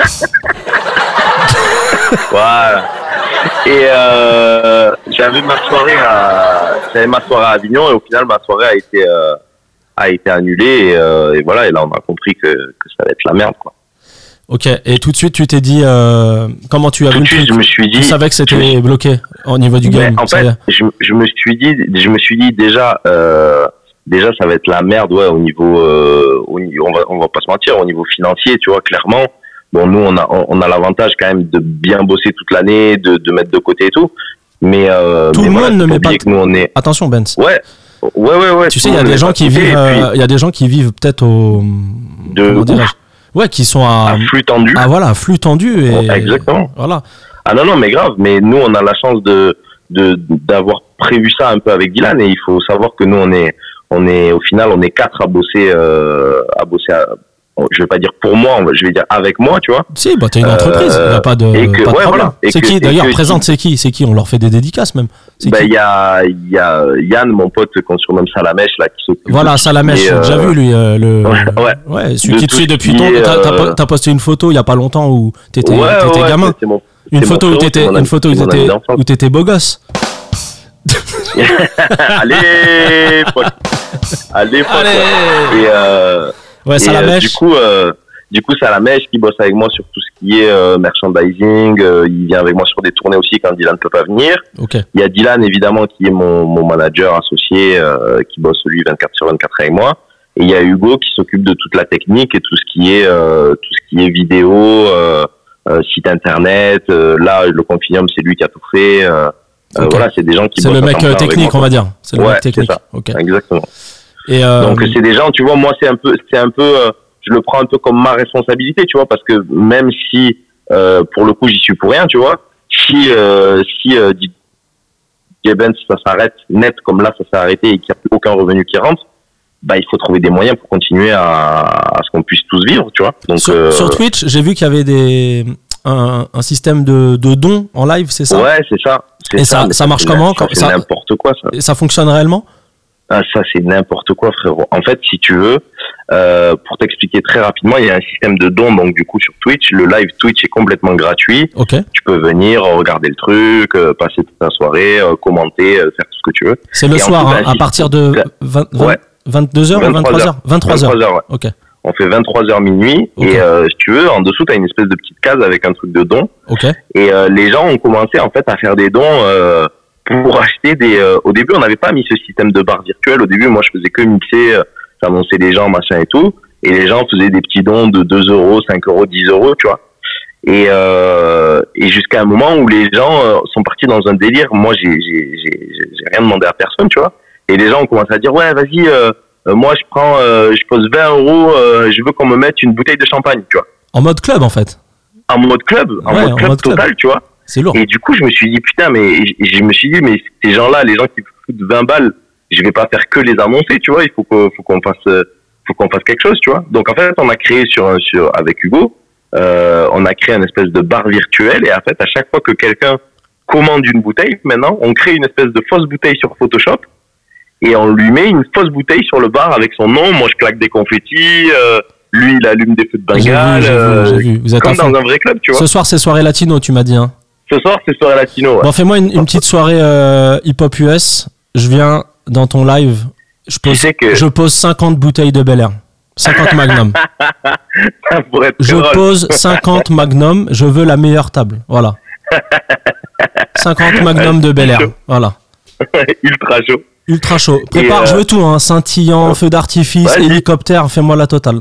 [SPEAKER 2] Voilà. Et euh, j'avais ma soirée à, j'avais ma soirée à Avignon et au final ma soirée a été euh, a été annulée et, euh, et voilà et là on a compris que que ça allait être la merde quoi.
[SPEAKER 1] Ok, et tout de suite tu t'es dit euh, comment tu as
[SPEAKER 2] tout
[SPEAKER 1] vu
[SPEAKER 2] de suite, je me suis dit,
[SPEAKER 1] tu savais que c'était
[SPEAKER 2] suis...
[SPEAKER 1] bloqué au niveau du game.
[SPEAKER 2] En fait, je, je me suis dit, je me suis dit déjà, euh, déjà ça va être la merde, ouais, au niveau, euh, au, on va, on va pas se mentir, au niveau financier, tu vois, clairement. Bon, nous on a, on a l'avantage quand même de bien bosser toute l'année, de, de mettre de côté et tout. Mais euh,
[SPEAKER 1] tout
[SPEAKER 2] mais
[SPEAKER 1] le
[SPEAKER 2] voilà,
[SPEAKER 1] monde ne met pas.
[SPEAKER 2] Que nous, on est...
[SPEAKER 1] Attention, Benz.
[SPEAKER 2] Ouais. Ouais, ouais, ouais.
[SPEAKER 1] Tu sais, il y a des gens qui vivent, il euh, y a des gens qui vivent peut-être au.
[SPEAKER 2] De.
[SPEAKER 1] Comment dirais-je ? Ouais, qui sont à,
[SPEAKER 2] à flux tendu.
[SPEAKER 1] Ah voilà, flux tendu et
[SPEAKER 2] ouais, exactement.
[SPEAKER 1] Voilà.
[SPEAKER 2] Ah non non mais grave, mais nous on a la chance de de d'avoir prévu ça un peu avec Dylan et il faut savoir que nous on est on est au final on est quatre à bosser euh, à bosser à, je vais pas dire pour moi, je vais dire avec moi, tu vois.
[SPEAKER 1] Si, bah t'es une entreprise, il euh, y a pas de,
[SPEAKER 2] et que,
[SPEAKER 1] pas de
[SPEAKER 2] ouais,
[SPEAKER 1] problème.
[SPEAKER 2] Voilà.
[SPEAKER 1] C'est
[SPEAKER 2] que,
[SPEAKER 1] qui d'ailleurs
[SPEAKER 2] que,
[SPEAKER 1] présente, c'est qui, c'est qui, on leur fait des dédicaces même.
[SPEAKER 2] Bah il y a il y a Yann, mon pote qu'on surnomme Salamèche là qui s'occupe.
[SPEAKER 1] Voilà, Salamèche, j'ai déjà vu lui euh, le.
[SPEAKER 2] Ouais. Ouais.
[SPEAKER 1] ouais celui qui te suit depuis ton. T'as, t'as, t'as posté une photo il y a pas longtemps où t'étais,
[SPEAKER 2] ouais,
[SPEAKER 1] t'étais
[SPEAKER 2] ouais,
[SPEAKER 1] gamin.
[SPEAKER 2] C'est mon,
[SPEAKER 1] une
[SPEAKER 2] c'est
[SPEAKER 1] photo où t'étais, une photo où t'étais, où t'étais beau gosse.
[SPEAKER 2] Allez, pote. Allez, pote. Et euh.
[SPEAKER 1] Ouais, Salamèche.
[SPEAKER 2] Du coup. Du coup, c'est Salamèche qui bosse avec moi sur tout ce qui est euh, merchandising. Euh, il vient avec moi sur des tournées aussi quand Dylan ne peut pas venir.
[SPEAKER 1] Okay.
[SPEAKER 2] Il y a Dylan, évidemment, qui est mon, mon manager associé, euh, qui bosse, lui, vingt-quatre sur vingt-quatre avec moi. Et il y a Hugo qui s'occupe de toute la technique et tout ce qui est, euh, tout ce qui est vidéo, euh, euh, site internet. Euh, là, le Confinium, c'est lui qui a tout fait. Euh, okay. euh, voilà, c'est des gens qui
[SPEAKER 1] c'est
[SPEAKER 2] bossent.
[SPEAKER 1] C'est le mec technique, on va dire. C'est le
[SPEAKER 2] ouais,
[SPEAKER 1] mec technique.
[SPEAKER 2] C'est ça.
[SPEAKER 1] Okay.
[SPEAKER 2] Exactement.
[SPEAKER 1] Et euh...
[SPEAKER 2] Donc, c'est des gens, tu vois, moi, c'est un peu, c'est un peu, euh, je le prends un peu comme ma responsabilité, tu vois, parce que même si, euh, pour le coup, j'y suis pour rien, tu vois, si, euh, si, euh, D J Benz, ça s'arrête net, comme là, ça s'est arrêté et qu'il n'y a plus aucun revenu qui rentre, bah, il faut trouver des moyens pour continuer à, à ce qu'on puisse tous vivre, tu vois. Donc,
[SPEAKER 1] sur,
[SPEAKER 2] euh...
[SPEAKER 1] sur Twitch, j'ai vu qu'il y avait des, un, un système de, de dons en live, c'est ça?
[SPEAKER 2] Ouais, c'est ça. C'est
[SPEAKER 1] et ça, ça, ça marche comment?
[SPEAKER 2] Ça, c'est ça, n'importe quoi, ça.
[SPEAKER 1] Et ça fonctionne réellement?
[SPEAKER 2] Ah, ça, c'est n'importe quoi, frérot. En fait, si tu veux, euh, pour t'expliquer très rapidement, il y a un système de dons, donc du coup, sur Twitch. Le live Twitch est complètement gratuit.
[SPEAKER 1] Okay.
[SPEAKER 2] Tu peux venir, regarder le truc, euh, passer toute ta soirée, euh, commenter, euh, faire tout ce que tu veux.
[SPEAKER 1] C'est le
[SPEAKER 2] et
[SPEAKER 1] soir,
[SPEAKER 2] ensuite,
[SPEAKER 1] hein, à partir de vingt, vingt,
[SPEAKER 2] ouais.
[SPEAKER 1] vingt-deux heures ou vingt-trois heures? vingt-trois heures.
[SPEAKER 2] Ouais.
[SPEAKER 1] Ok.
[SPEAKER 2] On fait vingt-trois heures minuit. Okay. Et euh, si tu veux, en dessous, tu as une espèce de petite case avec un truc de dons.
[SPEAKER 1] Okay.
[SPEAKER 2] Et euh, les gens ont commencé, en fait, à faire des dons... Euh, pour acheter des... Euh, au début, on n'avait pas mis ce système de barre virtuelle. Au début, moi, je faisais que mixer, euh, j'annonçais les gens, machin et tout. Et les gens faisaient des petits dons de deux euros, cinq euros, dix euros, tu vois. Et, euh, et jusqu'à un moment où les gens euh, sont partis dans un délire. Moi, j'ai, j'ai, j'ai, j'ai rien demandé à personne, tu vois. Et les gens ont commencé à dire, ouais, vas-y, euh, euh, moi, je prends, euh, je pose vingt euros, euh, je veux qu'on me mette une bouteille de champagne, tu vois.
[SPEAKER 1] En mode club, en fait.
[SPEAKER 2] en mode club, en
[SPEAKER 1] Ouais,
[SPEAKER 2] mode
[SPEAKER 1] en
[SPEAKER 2] club
[SPEAKER 1] mode club.
[SPEAKER 2] total, tu vois.
[SPEAKER 1] C'est lourd.
[SPEAKER 2] Et du coup, je me suis dit, putain, mais et je me suis dit, mais ces gens-là, les gens qui foutent vingt balles, je vais pas faire que les annoncer, tu vois. Il faut que, faut qu'on fasse, faut qu'on fasse quelque chose, tu vois. Donc en fait, on a créé sur, sur avec Hugo, euh, on a créé une espèce de bar virtuel, et en fait, à chaque fois que quelqu'un commande une bouteille, maintenant, on crée une espèce de fausse bouteille sur Photoshop, et on lui met une fausse bouteille sur le bar avec son nom. Moi, je claque des confettis. Euh, lui, il allume des feux de Bengale.
[SPEAKER 1] J'ai vu, j'ai
[SPEAKER 2] euh,
[SPEAKER 1] vu, j'ai vu. Vous êtes
[SPEAKER 2] comme
[SPEAKER 1] à fond.
[SPEAKER 2] dans un vrai club, tu vois.
[SPEAKER 1] Ce soir, c'est soirée latino, tu m'as dit. Hein.
[SPEAKER 2] Ce soir, c'est soirée latino. Ouais.
[SPEAKER 1] Bon, fais-moi une, une petite soirée euh, hip-hop U S. Je viens dans ton live. Je pose,
[SPEAKER 2] Tu sais que-
[SPEAKER 1] je pose cinquante bouteilles de Bel Air. cinquante Magnum.
[SPEAKER 2] Ça pourrait être
[SPEAKER 1] Je
[SPEAKER 2] très drôle.
[SPEAKER 1] pose cinquante Magnum. Je veux la meilleure table. Voilà. cinquante Magnum de Bel Air. Voilà.
[SPEAKER 2] Ultra chaud.
[SPEAKER 1] Ultra chaud. Prépare,
[SPEAKER 2] Et, euh,
[SPEAKER 1] je veux tout. Hein. Scintillant, feu d'artifice,
[SPEAKER 2] Vas-y.
[SPEAKER 1] hélicoptère. Fais-moi la totale.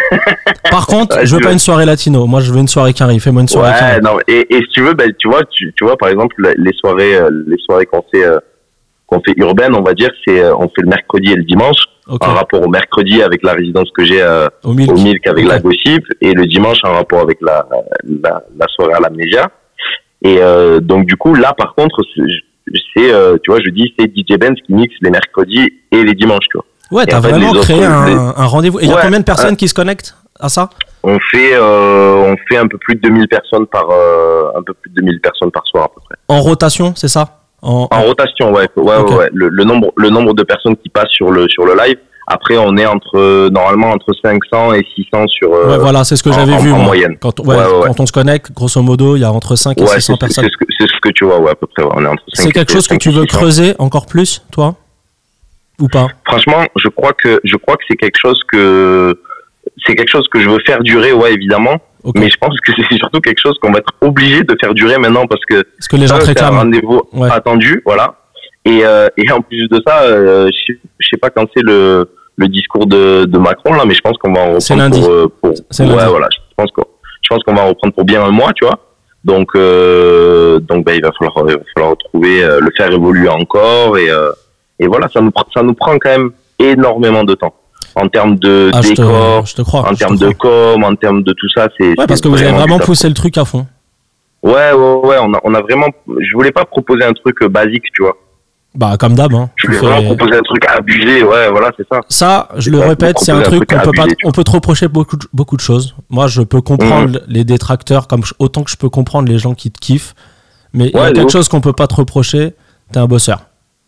[SPEAKER 1] Par contre,
[SPEAKER 2] Vas-y,
[SPEAKER 1] je veux pas
[SPEAKER 2] vas-y.
[SPEAKER 1] une soirée latino. Moi, je veux une soirée carré. Fais-moi une soirée
[SPEAKER 2] Ouais,
[SPEAKER 1] carré.
[SPEAKER 2] non. Et, et si tu veux, ben, tu vois, tu, tu vois, par exemple, les soirées, euh, les soirées qu'on fait, euh, qu'on fait urbaines, on va dire, c'est, euh, on fait le mercredi et le dimanche.
[SPEAKER 1] Ok.
[SPEAKER 2] En rapport au mercredi avec la résidence que j'ai euh,
[SPEAKER 1] Au Milk.
[SPEAKER 2] au Milk avec
[SPEAKER 1] Ok.
[SPEAKER 2] la Gossip, et le dimanche en rapport avec la, la, la soirée à l'Amnésia. Et euh, donc du coup là par contre c'est, c'est euh, tu vois, je dis c'est D J Benz qui mixe les mercredis et les dimanches, tu vois.
[SPEAKER 1] Ouais,
[SPEAKER 2] Et
[SPEAKER 1] t'as
[SPEAKER 2] en fait,
[SPEAKER 1] vraiment
[SPEAKER 2] les autres,
[SPEAKER 1] créé
[SPEAKER 2] les-
[SPEAKER 1] un, un rendez-vous. Et il y a
[SPEAKER 2] Ouais,
[SPEAKER 1] combien de personnes
[SPEAKER 2] ouais.
[SPEAKER 1] qui se connectent à ça?
[SPEAKER 2] On fait euh, on fait un peu plus de deux mille personnes par euh, un peu plus de deux mille personnes par soir à peu près.
[SPEAKER 1] En rotation, c'est ça? En,
[SPEAKER 2] En rotation, ouais, ouais,
[SPEAKER 1] Ok.
[SPEAKER 2] ouais, ouais. Le, le nombre le nombre de personnes qui passent sur le sur le live. Après, on est entre euh, normalement entre cinq cents et six cents sur. Euh,
[SPEAKER 1] Ouais, voilà, c'est ce que
[SPEAKER 2] en-
[SPEAKER 1] j'avais
[SPEAKER 2] en-
[SPEAKER 1] vu.
[SPEAKER 2] en
[SPEAKER 1] moi.
[SPEAKER 2] moyenne.
[SPEAKER 1] Quand, ouais,
[SPEAKER 2] Ouais, ouais, ouais.
[SPEAKER 1] quand on se connecte, grosso modo, il y a entre cinq et
[SPEAKER 2] Ouais,
[SPEAKER 1] six
[SPEAKER 2] c'est,
[SPEAKER 1] cents
[SPEAKER 2] ce-
[SPEAKER 1] personnes.
[SPEAKER 2] c'est ce que c'est ce que tu vois, ouais, à peu près. Ouais. On est entre cinq
[SPEAKER 1] C'est quelque chose que
[SPEAKER 2] cinq
[SPEAKER 1] tu
[SPEAKER 2] et
[SPEAKER 1] veux
[SPEAKER 2] six cents.
[SPEAKER 1] creuser encore plus, toi? Ou pas?
[SPEAKER 2] Franchement, je crois que je crois que c'est quelque chose que c'est quelque chose que je veux faire durer, ouais, évidemment.
[SPEAKER 1] Ok.
[SPEAKER 2] Mais je pense que c'est surtout quelque chose qu'on va être obligé de faire durer maintenant parce que
[SPEAKER 1] Parce que les gens
[SPEAKER 2] ça,
[SPEAKER 1] te
[SPEAKER 2] c'est un
[SPEAKER 1] réclament.
[SPEAKER 2] rendez-vous
[SPEAKER 1] Ouais.
[SPEAKER 2] attendu, voilà. Et euh, et en plus de ça, euh, je sais, je sais pas quand c'est le le discours de de Macron là, mais je pense qu'on va en
[SPEAKER 1] C'est
[SPEAKER 2] reprendre
[SPEAKER 1] lundi.
[SPEAKER 2] pour, euh, pour
[SPEAKER 1] C'est
[SPEAKER 2] ouais,
[SPEAKER 1] lundi.
[SPEAKER 2] voilà. Je pense qu'on je pense qu'on va en reprendre pour bien un mois, tu vois. Donc euh, donc ben il va falloir il va falloir retrouver euh, le faire évoluer encore et euh, et voilà, ça nous pr- ça nous prend quand même énormément de temps en termes de
[SPEAKER 1] Ah, je te,
[SPEAKER 2] décor,
[SPEAKER 1] je te crois.
[SPEAKER 2] en
[SPEAKER 1] je te
[SPEAKER 2] termes de
[SPEAKER 1] crois.
[SPEAKER 2] com, en termes de tout ça, c'est
[SPEAKER 1] Ouais,
[SPEAKER 2] c'est
[SPEAKER 1] parce que vous avez
[SPEAKER 2] du
[SPEAKER 1] vraiment
[SPEAKER 2] top.
[SPEAKER 1] poussé le truc à fond.
[SPEAKER 2] Ouais, ouais, ouais, on a, on a vraiment. Je voulais pas proposer un truc euh, basique, tu vois.
[SPEAKER 1] Bah, comme d'hab. Hein.
[SPEAKER 2] Je
[SPEAKER 1] Tu
[SPEAKER 2] voulais
[SPEAKER 1] fais-
[SPEAKER 2] vraiment proposer un truc abusé, ouais, voilà, c'est ça.
[SPEAKER 1] Ça, je
[SPEAKER 2] C'est
[SPEAKER 1] le
[SPEAKER 2] ça,
[SPEAKER 1] répète,
[SPEAKER 2] vous
[SPEAKER 1] c'est un
[SPEAKER 2] proposez un
[SPEAKER 1] truc
[SPEAKER 2] truc
[SPEAKER 1] qu'on peut pas,
[SPEAKER 2] abusé, tu
[SPEAKER 1] on peut te reprocher beaucoup, de- beaucoup de choses. Moi, je peux comprendre les détracteurs comme je- autant que je peux comprendre les gens qui te kiffent. Mais il y a
[SPEAKER 2] Ouais, de
[SPEAKER 1] quelque
[SPEAKER 2] ouf.
[SPEAKER 1] chose qu'on peut pas te reprocher. T'es un bosseur.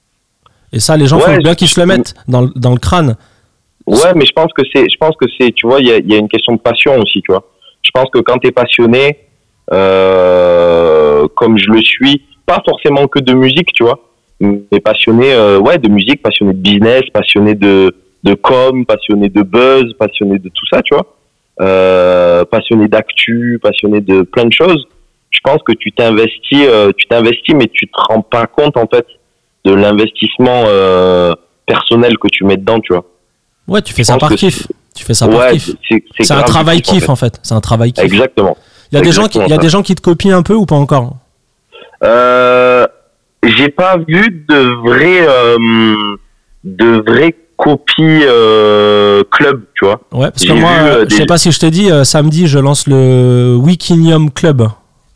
[SPEAKER 1] Et ça, les gens,
[SPEAKER 2] Ouais,
[SPEAKER 1] faut bien
[SPEAKER 2] je-
[SPEAKER 1] qu'ils se le mettent dans, le- dans le crâne.
[SPEAKER 2] Ouais, mais je pense que c'est, je pense que c'est, tu vois, il y a, il y a une question de passion aussi, tu vois. Je pense que quand t'es passionné, euh, comme je le suis, pas forcément que de musique, tu vois, mais passionné, euh, ouais, de musique, passionné de business, passionné de, de com, passionné de buzz, passionné de tout ça, tu vois, euh, passionné d'actu, passionné de plein de choses. Je pense que tu t'investis, euh, tu t'investis, mais tu te rends pas compte en fait de l'investissement euh, personnel que tu mets dedans, tu vois.
[SPEAKER 1] Ouais, tu fais
[SPEAKER 2] Je
[SPEAKER 1] ça
[SPEAKER 2] pense
[SPEAKER 1] par
[SPEAKER 2] que
[SPEAKER 1] kiff. Tu fais ça par
[SPEAKER 2] Ouais,
[SPEAKER 1] kiff.
[SPEAKER 2] c'est, c'est,
[SPEAKER 1] C'est un
[SPEAKER 2] grave du
[SPEAKER 1] travail
[SPEAKER 2] kiff, en
[SPEAKER 1] kiff
[SPEAKER 2] fait.
[SPEAKER 1] en fait. C'est un travail kiff.
[SPEAKER 2] Exactement.
[SPEAKER 1] Il y a des gens qui, il y a
[SPEAKER 2] Exactement
[SPEAKER 1] des
[SPEAKER 2] ça.
[SPEAKER 1] gens qui te copient un peu ou pas encore?
[SPEAKER 2] Euh, j'ai pas vu de vrai, euh, de vraies copies euh, club, tu vois.
[SPEAKER 1] Ouais, parce que
[SPEAKER 2] J'ai
[SPEAKER 1] moi,
[SPEAKER 2] vu, euh,
[SPEAKER 1] je sais
[SPEAKER 2] des-
[SPEAKER 1] pas si je t'ai dit, euh, samedi, je lance le Wikinium Club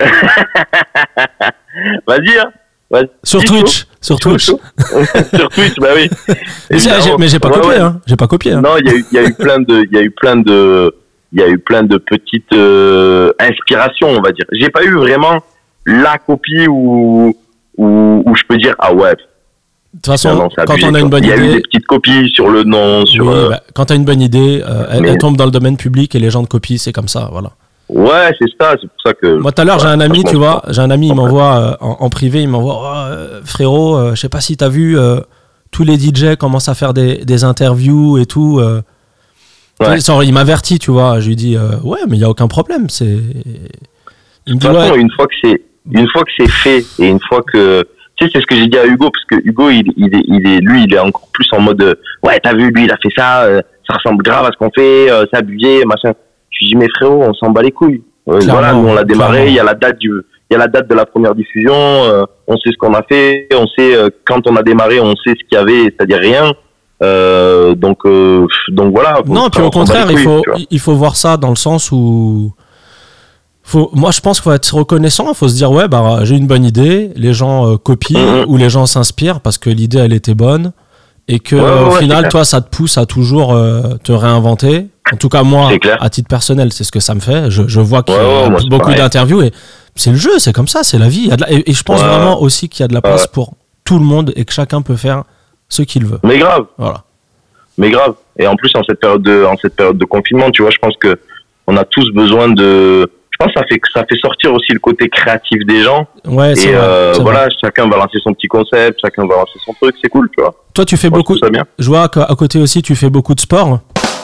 [SPEAKER 2] Vas-y, hein. Vas-y,
[SPEAKER 1] sur
[SPEAKER 2] chaud.
[SPEAKER 1] Twitch, sur
[SPEAKER 2] Chaud,
[SPEAKER 1] Twitch.
[SPEAKER 2] chaud. Sur Twitch, bah oui.
[SPEAKER 1] Mais j'ai- j'ai- mais j'ai pas
[SPEAKER 2] Ouais,
[SPEAKER 1] copié,
[SPEAKER 2] ouais.
[SPEAKER 1] hein. J'ai pas copié. Hein.
[SPEAKER 2] Non, il y a eu, il y a eu plein de, il y a eu plein de, il y a eu plein de petites euh, inspirations, on va dire. J'ai pas eu vraiment la copie où, où, où je peux dire ah ouais.
[SPEAKER 1] De toute façon,
[SPEAKER 2] non, c'est
[SPEAKER 1] quand
[SPEAKER 2] abusé,
[SPEAKER 1] on a une
[SPEAKER 2] quoi.
[SPEAKER 1] bonne
[SPEAKER 2] Il y a eu des
[SPEAKER 1] idée,
[SPEAKER 2] petites copies sur le nom, sur.
[SPEAKER 1] oui,
[SPEAKER 2] euh,
[SPEAKER 1] bah, quand t'as une bonne idée, euh, elle,
[SPEAKER 2] mais-
[SPEAKER 1] elle tombe dans le domaine public et les gens te copient, c'est comme ça, voilà.
[SPEAKER 2] Ouais, c'est ça, c'est pour ça que.
[SPEAKER 1] Moi, tout à l'heure, j'ai
[SPEAKER 2] Ouais,
[SPEAKER 1] un ami, tu
[SPEAKER 2] franchement,
[SPEAKER 1] vois, j'ai un ami, il
[SPEAKER 2] Ouais.
[SPEAKER 1] m'envoie euh, en, en privé, il m'envoie, oh, euh, frérot, euh, je sais pas si t'as vu, euh, tous les D J commencent à faire des, des interviews et tout. euh.
[SPEAKER 2] Ouais.
[SPEAKER 1] Genre, il m'avertit, tu vois. Je lui dis, euh, ouais, mais il y a aucun problème. C'est. Il me
[SPEAKER 2] De
[SPEAKER 1] dit,
[SPEAKER 2] toute façon,
[SPEAKER 1] ouais.
[SPEAKER 2] une fois que c'est, une fois que c'est fait et une fois que, tu sais, c'est ce que j'ai dit à Hugo parce que Hugo, il, il est, il est, lui, il est encore plus en mode, euh, ouais, t'as vu, lui, il a fait ça, euh, ça ressemble grave à ce qu'on fait, euh, c'est abusé, machin. Je lui dis, mais frérot, on s'en bat les couilles. Euh,
[SPEAKER 1] Clairement,
[SPEAKER 2] voilà, nous on l'a démarré,
[SPEAKER 1] clairement.
[SPEAKER 2] il y a la date du, il y a la date de la première diffusion, euh, on sait ce qu'on a fait, on sait euh, quand on a démarré, on sait ce qu'il y avait, c'est-à-dire rien. Euh, donc, euh, donc voilà.
[SPEAKER 1] Non, puis au
[SPEAKER 2] on s'en bat
[SPEAKER 1] contraire,
[SPEAKER 2] les
[SPEAKER 1] il
[SPEAKER 2] couilles,
[SPEAKER 1] faut,
[SPEAKER 2] tu vois.
[SPEAKER 1] il faut voir ça dans le sens où Faut, moi, je pense qu'il faut être reconnaissant. Il faut se dire, ouais, bah, j'ai une bonne idée. Les gens euh, copient mmh. ou les gens s'inspirent parce que l'idée, elle était bonne. Et que, ouais, ouais, au ouais, final, toi, ça te pousse à toujours euh, te réinventer. En tout cas, moi, à titre personnel, c'est ce que ça me fait. Je, je vois qu'il ouais, y a ouais, moi, beaucoup d'interviews et c'est le jeu, c'est comme ça, c'est la vie. Il y a de la... et, et je pense ouais. vraiment aussi qu'il y a de la place ouais. pour tout le monde et que chacun peut faire ce qu'il veut.
[SPEAKER 2] Mais grave.
[SPEAKER 1] Voilà.
[SPEAKER 2] Mais grave. Et en plus, en cette période de, en cette période de confinement, tu vois, je pense que on a tous besoin de. Je pense que ça fait, ça fait sortir aussi le côté créatif des gens.
[SPEAKER 1] Ouais, c'est
[SPEAKER 2] et
[SPEAKER 1] vrai,
[SPEAKER 2] euh,
[SPEAKER 1] c'est
[SPEAKER 2] voilà,
[SPEAKER 1] vrai.
[SPEAKER 2] Chacun va lancer son petit concept, chacun va lancer son truc, c'est cool, tu vois.
[SPEAKER 1] Toi, tu fais
[SPEAKER 2] je
[SPEAKER 1] beaucoup.
[SPEAKER 2] Ça bien.
[SPEAKER 1] Je vois qu'à côté aussi, tu fais beaucoup de sport.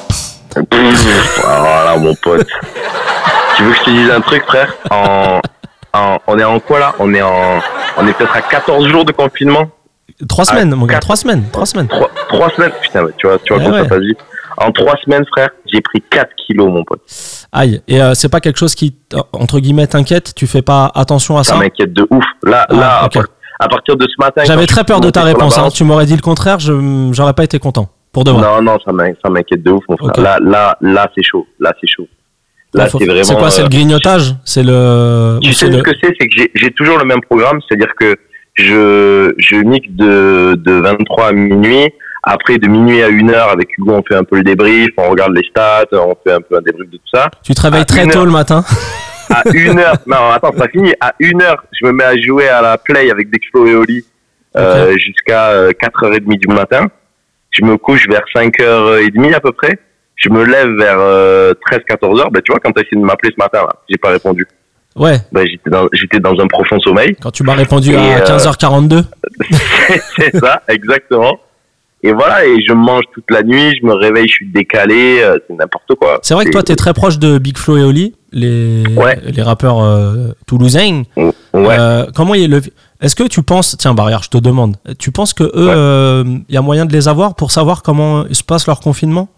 [SPEAKER 2] Voilà, mon pote. Tu veux que je te dise un truc, frère? En, en, on est en quoi là? On est en, on est peut-être à quatorze jours de confinement.
[SPEAKER 1] Trois semaines, mon gars. Trois semaines. Trois semaines.
[SPEAKER 2] Trois, trois semaines. Putain, tu vois, tu vois, eh ouais. ça passe vite. En trois semaines, frère, j'ai pris quatre kilos, mon pote.
[SPEAKER 1] Aïe. Et euh, c'est pas quelque chose qui, entre guillemets, t'inquiète? Tu fais pas attention à ça?
[SPEAKER 2] Ça m'inquiète de ouf. Là, ah, là, okay. à partir de ce matin.
[SPEAKER 1] J'avais très peur de ta réponse. Hein. Tu m'aurais dit le contraire, je, j'aurais pas été content. Pour de vrai.
[SPEAKER 2] Non, non, ça m'inquiète de ouf, mon frère. Okay. Là, là, là, c'est chaud. Là, c'est chaud. Là,
[SPEAKER 1] faut...
[SPEAKER 2] c'est vraiment.
[SPEAKER 1] C'est quoi? C'est le grignotage? C'est le.
[SPEAKER 2] Tu sais
[SPEAKER 1] le...
[SPEAKER 2] ce que c'est? C'est que j'ai, j'ai toujours le même programme, c'est-à-dire que je, je mixe de, de vingt-trois à minuit. Après, de minuit à une heure, avec Hugo, on fait un peu le débrief, on regarde les stats, on fait un peu un débrief de tout ça.
[SPEAKER 1] Tu te réveilles très tôt
[SPEAKER 2] heure,
[SPEAKER 1] le matin?
[SPEAKER 2] À une heure, non, attends, ça finit. À une heure, je me mets à jouer à la play avec Dexflo et Oli euh, okay. jusqu'à quatre heures trente du matin. Je me couche vers cinq heures trente à peu près. Je me lève vers euh, treize à quatorze heures. Ben, tu vois, quand tu as essayé de m'appeler ce matin, là, j'ai pas répondu.
[SPEAKER 1] Ouais.
[SPEAKER 2] Ben, j'étais, dans, j'étais dans un profond sommeil.
[SPEAKER 1] Quand tu m'as répondu et à quinze heures quarante-deux.
[SPEAKER 2] c'est, c'est ça, exactement. Et voilà, et je mange toute la nuit, je me réveille, je suis décalé, euh, c'est n'importe quoi.
[SPEAKER 1] C'est vrai que toi, t'es très proche de Big Flo et Oli, les,
[SPEAKER 2] ouais.
[SPEAKER 1] les rappeurs euh, toulousains.
[SPEAKER 2] Ouais.
[SPEAKER 1] Euh, comment il le... Est-ce que tu penses... Tiens, Barrière, je te demande. Tu penses que eux, il ouais. euh, y a moyen de les avoir pour savoir comment se passe leur confinement?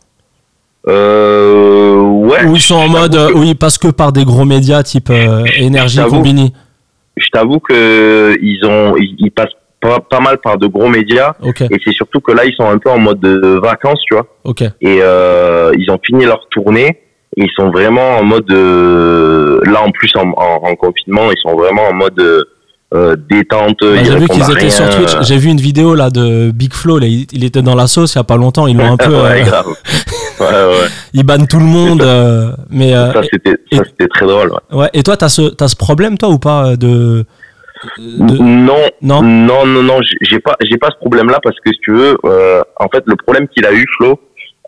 [SPEAKER 2] Euh... Ouais.
[SPEAKER 1] Ou ils sont en mode... Que... Oui, parce que par des gros médias type euh, Énergie, Combini.
[SPEAKER 2] Je t'avoue qu'ils ont... Ils, ils passent Pas, pas mal par de gros médias
[SPEAKER 1] okay.
[SPEAKER 2] et c'est surtout que là ils sont un peu en mode de vacances, tu vois.
[SPEAKER 1] Okay.
[SPEAKER 2] Et euh, ils ont fini leur tournée et ils sont vraiment en mode euh, là en plus en, en, en confinement ils sont vraiment en mode euh, détente.
[SPEAKER 1] Bah, j'ai vu qu'ils étaient sur Twitch. J'ai vu une vidéo là de Big Flo là, il, il était dans la sauce il y a pas longtemps. Ils l'ont un peu.
[SPEAKER 2] ouais,
[SPEAKER 1] euh,
[SPEAKER 2] grave. Ouais, ouais.
[SPEAKER 1] Ils bannent tout le monde. Euh, mais euh,
[SPEAKER 2] ça c'était
[SPEAKER 1] et,
[SPEAKER 2] ça c'était très drôle. Ouais.
[SPEAKER 1] ouais. Et toi t'as ce t'as ce problème toi ou pas de
[SPEAKER 2] De... Non, non, non, non, non, j'ai pas, j'ai pas ce problème-là parce que si tu veux, euh, en fait, le problème qu'il a eu, Flo,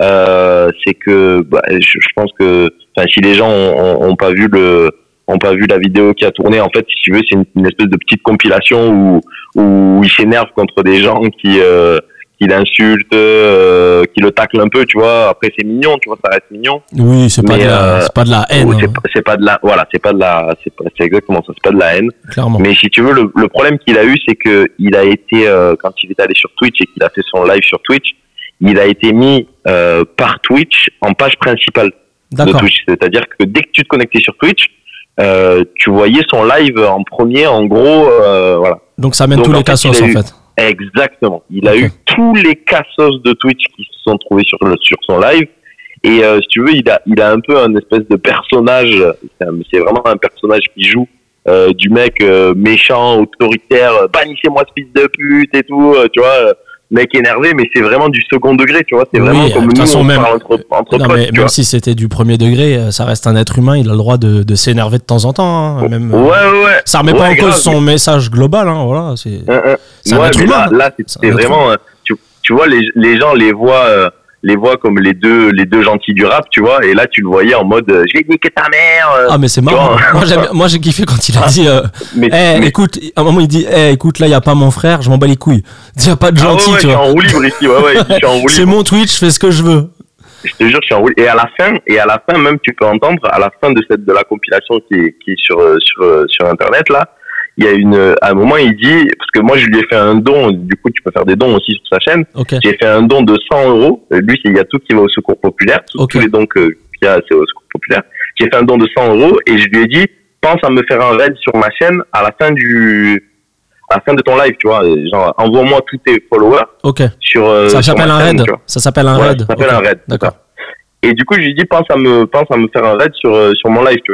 [SPEAKER 2] euh, c'est que, bah, je, je pense que, enfin, si les gens ont, ont, ont pas vu le, ont pas vu la vidéo qui a tourné, en fait, si tu veux, c'est une, une espèce de petite compilation où, où il s'énerve contre des gens qui, euh, qui l'insulte, euh, qui le tacle un peu, tu vois. Après, c'est mignon, tu vois, ça reste mignon.
[SPEAKER 1] Oui, c'est pas, euh, c'est pas de la haine.
[SPEAKER 2] C'est, hein. c'est pas de la, voilà, c'est pas de la, c'est, pas, c'est exactement ça, c'est pas de la haine.
[SPEAKER 1] Clairement.
[SPEAKER 2] Mais si tu veux, le, le problème qu'il a eu, c'est que il a été, euh, quand il est allé sur Twitch et qu'il a fait son live sur Twitch, il a été mis euh, par Twitch en page principale
[SPEAKER 1] D'accord.
[SPEAKER 2] de Twitch. C'est-à-dire que dès que tu te connectais sur Twitch, euh, tu voyais son live en premier, en gros, euh, voilà.
[SPEAKER 1] Donc ça mène Donc, tous les cassos en
[SPEAKER 2] eu,
[SPEAKER 1] fait.
[SPEAKER 2] Exactement. Il
[SPEAKER 1] okay.
[SPEAKER 2] a eu tous les cassos de Twitch qui se sont trouvés sur le, sur son live. Et euh, si tu veux, il a, il a un peu un espèce de personnage. C'est, un, c'est vraiment un personnage qui joue euh, du mec euh, méchant, autoritaire. Bannissez-moi ce fils de pute et tout. Euh, tu vois, euh, mec énervé. Mais c'est vraiment du second degré. Tu vois, c'est
[SPEAKER 1] oui,
[SPEAKER 2] vraiment comme nous
[SPEAKER 1] façon,
[SPEAKER 2] on
[SPEAKER 1] même,
[SPEAKER 2] parle entre, entre
[SPEAKER 1] non,
[SPEAKER 2] potes.
[SPEAKER 1] Mais
[SPEAKER 2] tu
[SPEAKER 1] même
[SPEAKER 2] vois.
[SPEAKER 1] si c'était du premier degré, ça reste un être humain. Il a le droit de, de s'énerver de temps en temps. Hein, même,
[SPEAKER 2] ouais, ouais, ouais.
[SPEAKER 1] Ça remet
[SPEAKER 2] ouais,
[SPEAKER 1] pas en
[SPEAKER 2] grave,
[SPEAKER 1] cause son
[SPEAKER 2] mais...
[SPEAKER 1] message global. Hein, voilà, c'est.
[SPEAKER 2] Euh, euh.
[SPEAKER 1] C'est
[SPEAKER 2] ouais,
[SPEAKER 1] un être
[SPEAKER 2] mais
[SPEAKER 1] humain.
[SPEAKER 2] Là, là c'est, c'est vraiment. Tu, tu vois, les, les gens les voient. Euh, les voient comme les deux les deux gentils du rap, tu vois, et là tu le voyais en mode euh, je vais niquer ta mère. Euh,
[SPEAKER 1] ah mais c'est marrant. moi, j'aime, moi j'ai kiffé quand il a dit euh, mais, hey, mais... écoute, à un moment il dit hey, écoute là il y a pas mon frère, je m'en bats les couilles. Il y a pas de gentil,
[SPEAKER 2] ah ouais, ouais,
[SPEAKER 1] tu vois.
[SPEAKER 2] Je suis en roue libre ici, ouais ouais, je suis en roue libre.
[SPEAKER 1] C'est mon Twitch, je fais ce que je veux.
[SPEAKER 2] Je te jure, je suis en roue libre. Et à la fin et à la fin même tu peux entendre à la fin de cette de la compilation qui est qui est sur sur sur internet là. Il y a une, à un moment, il dit, parce que moi, je lui ai fait un don, du coup, tu peux faire des dons aussi sur sa chaîne.
[SPEAKER 1] Okay.
[SPEAKER 2] J'ai fait un don de cent euros. Lui, il y a tout qui va au secours populaire. Tout, okay. Tous les dons que, qu'il y a, c'est au secours populaire. J'ai fait un don de cent euros et je lui ai dit, pense à me faire un raid sur ma chaîne à la fin du, à la fin de ton live, tu vois. Genre, envoie-moi tous tes followers.
[SPEAKER 1] Ok.
[SPEAKER 2] Sur, euh,
[SPEAKER 1] ça
[SPEAKER 2] sur
[SPEAKER 1] s'appelle un
[SPEAKER 2] chaîne,
[SPEAKER 1] raid. Ça s'appelle un
[SPEAKER 2] ouais,
[SPEAKER 1] raid.
[SPEAKER 2] Ça s'appelle
[SPEAKER 1] okay.
[SPEAKER 2] un raid.
[SPEAKER 1] D'accord.
[SPEAKER 2] Et du coup, je lui ai dit, pense à me, pense à me faire un raid sur, sur mon live, tu vois.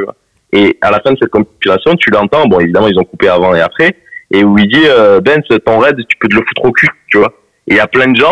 [SPEAKER 2] Et à la fin de cette compilation, tu l'entends, bon, évidemment, ils ont coupé avant et après, et où il dit, euh, Ben, ton raid, tu peux te le foutre au cul, tu vois. Et il y a plein de gens,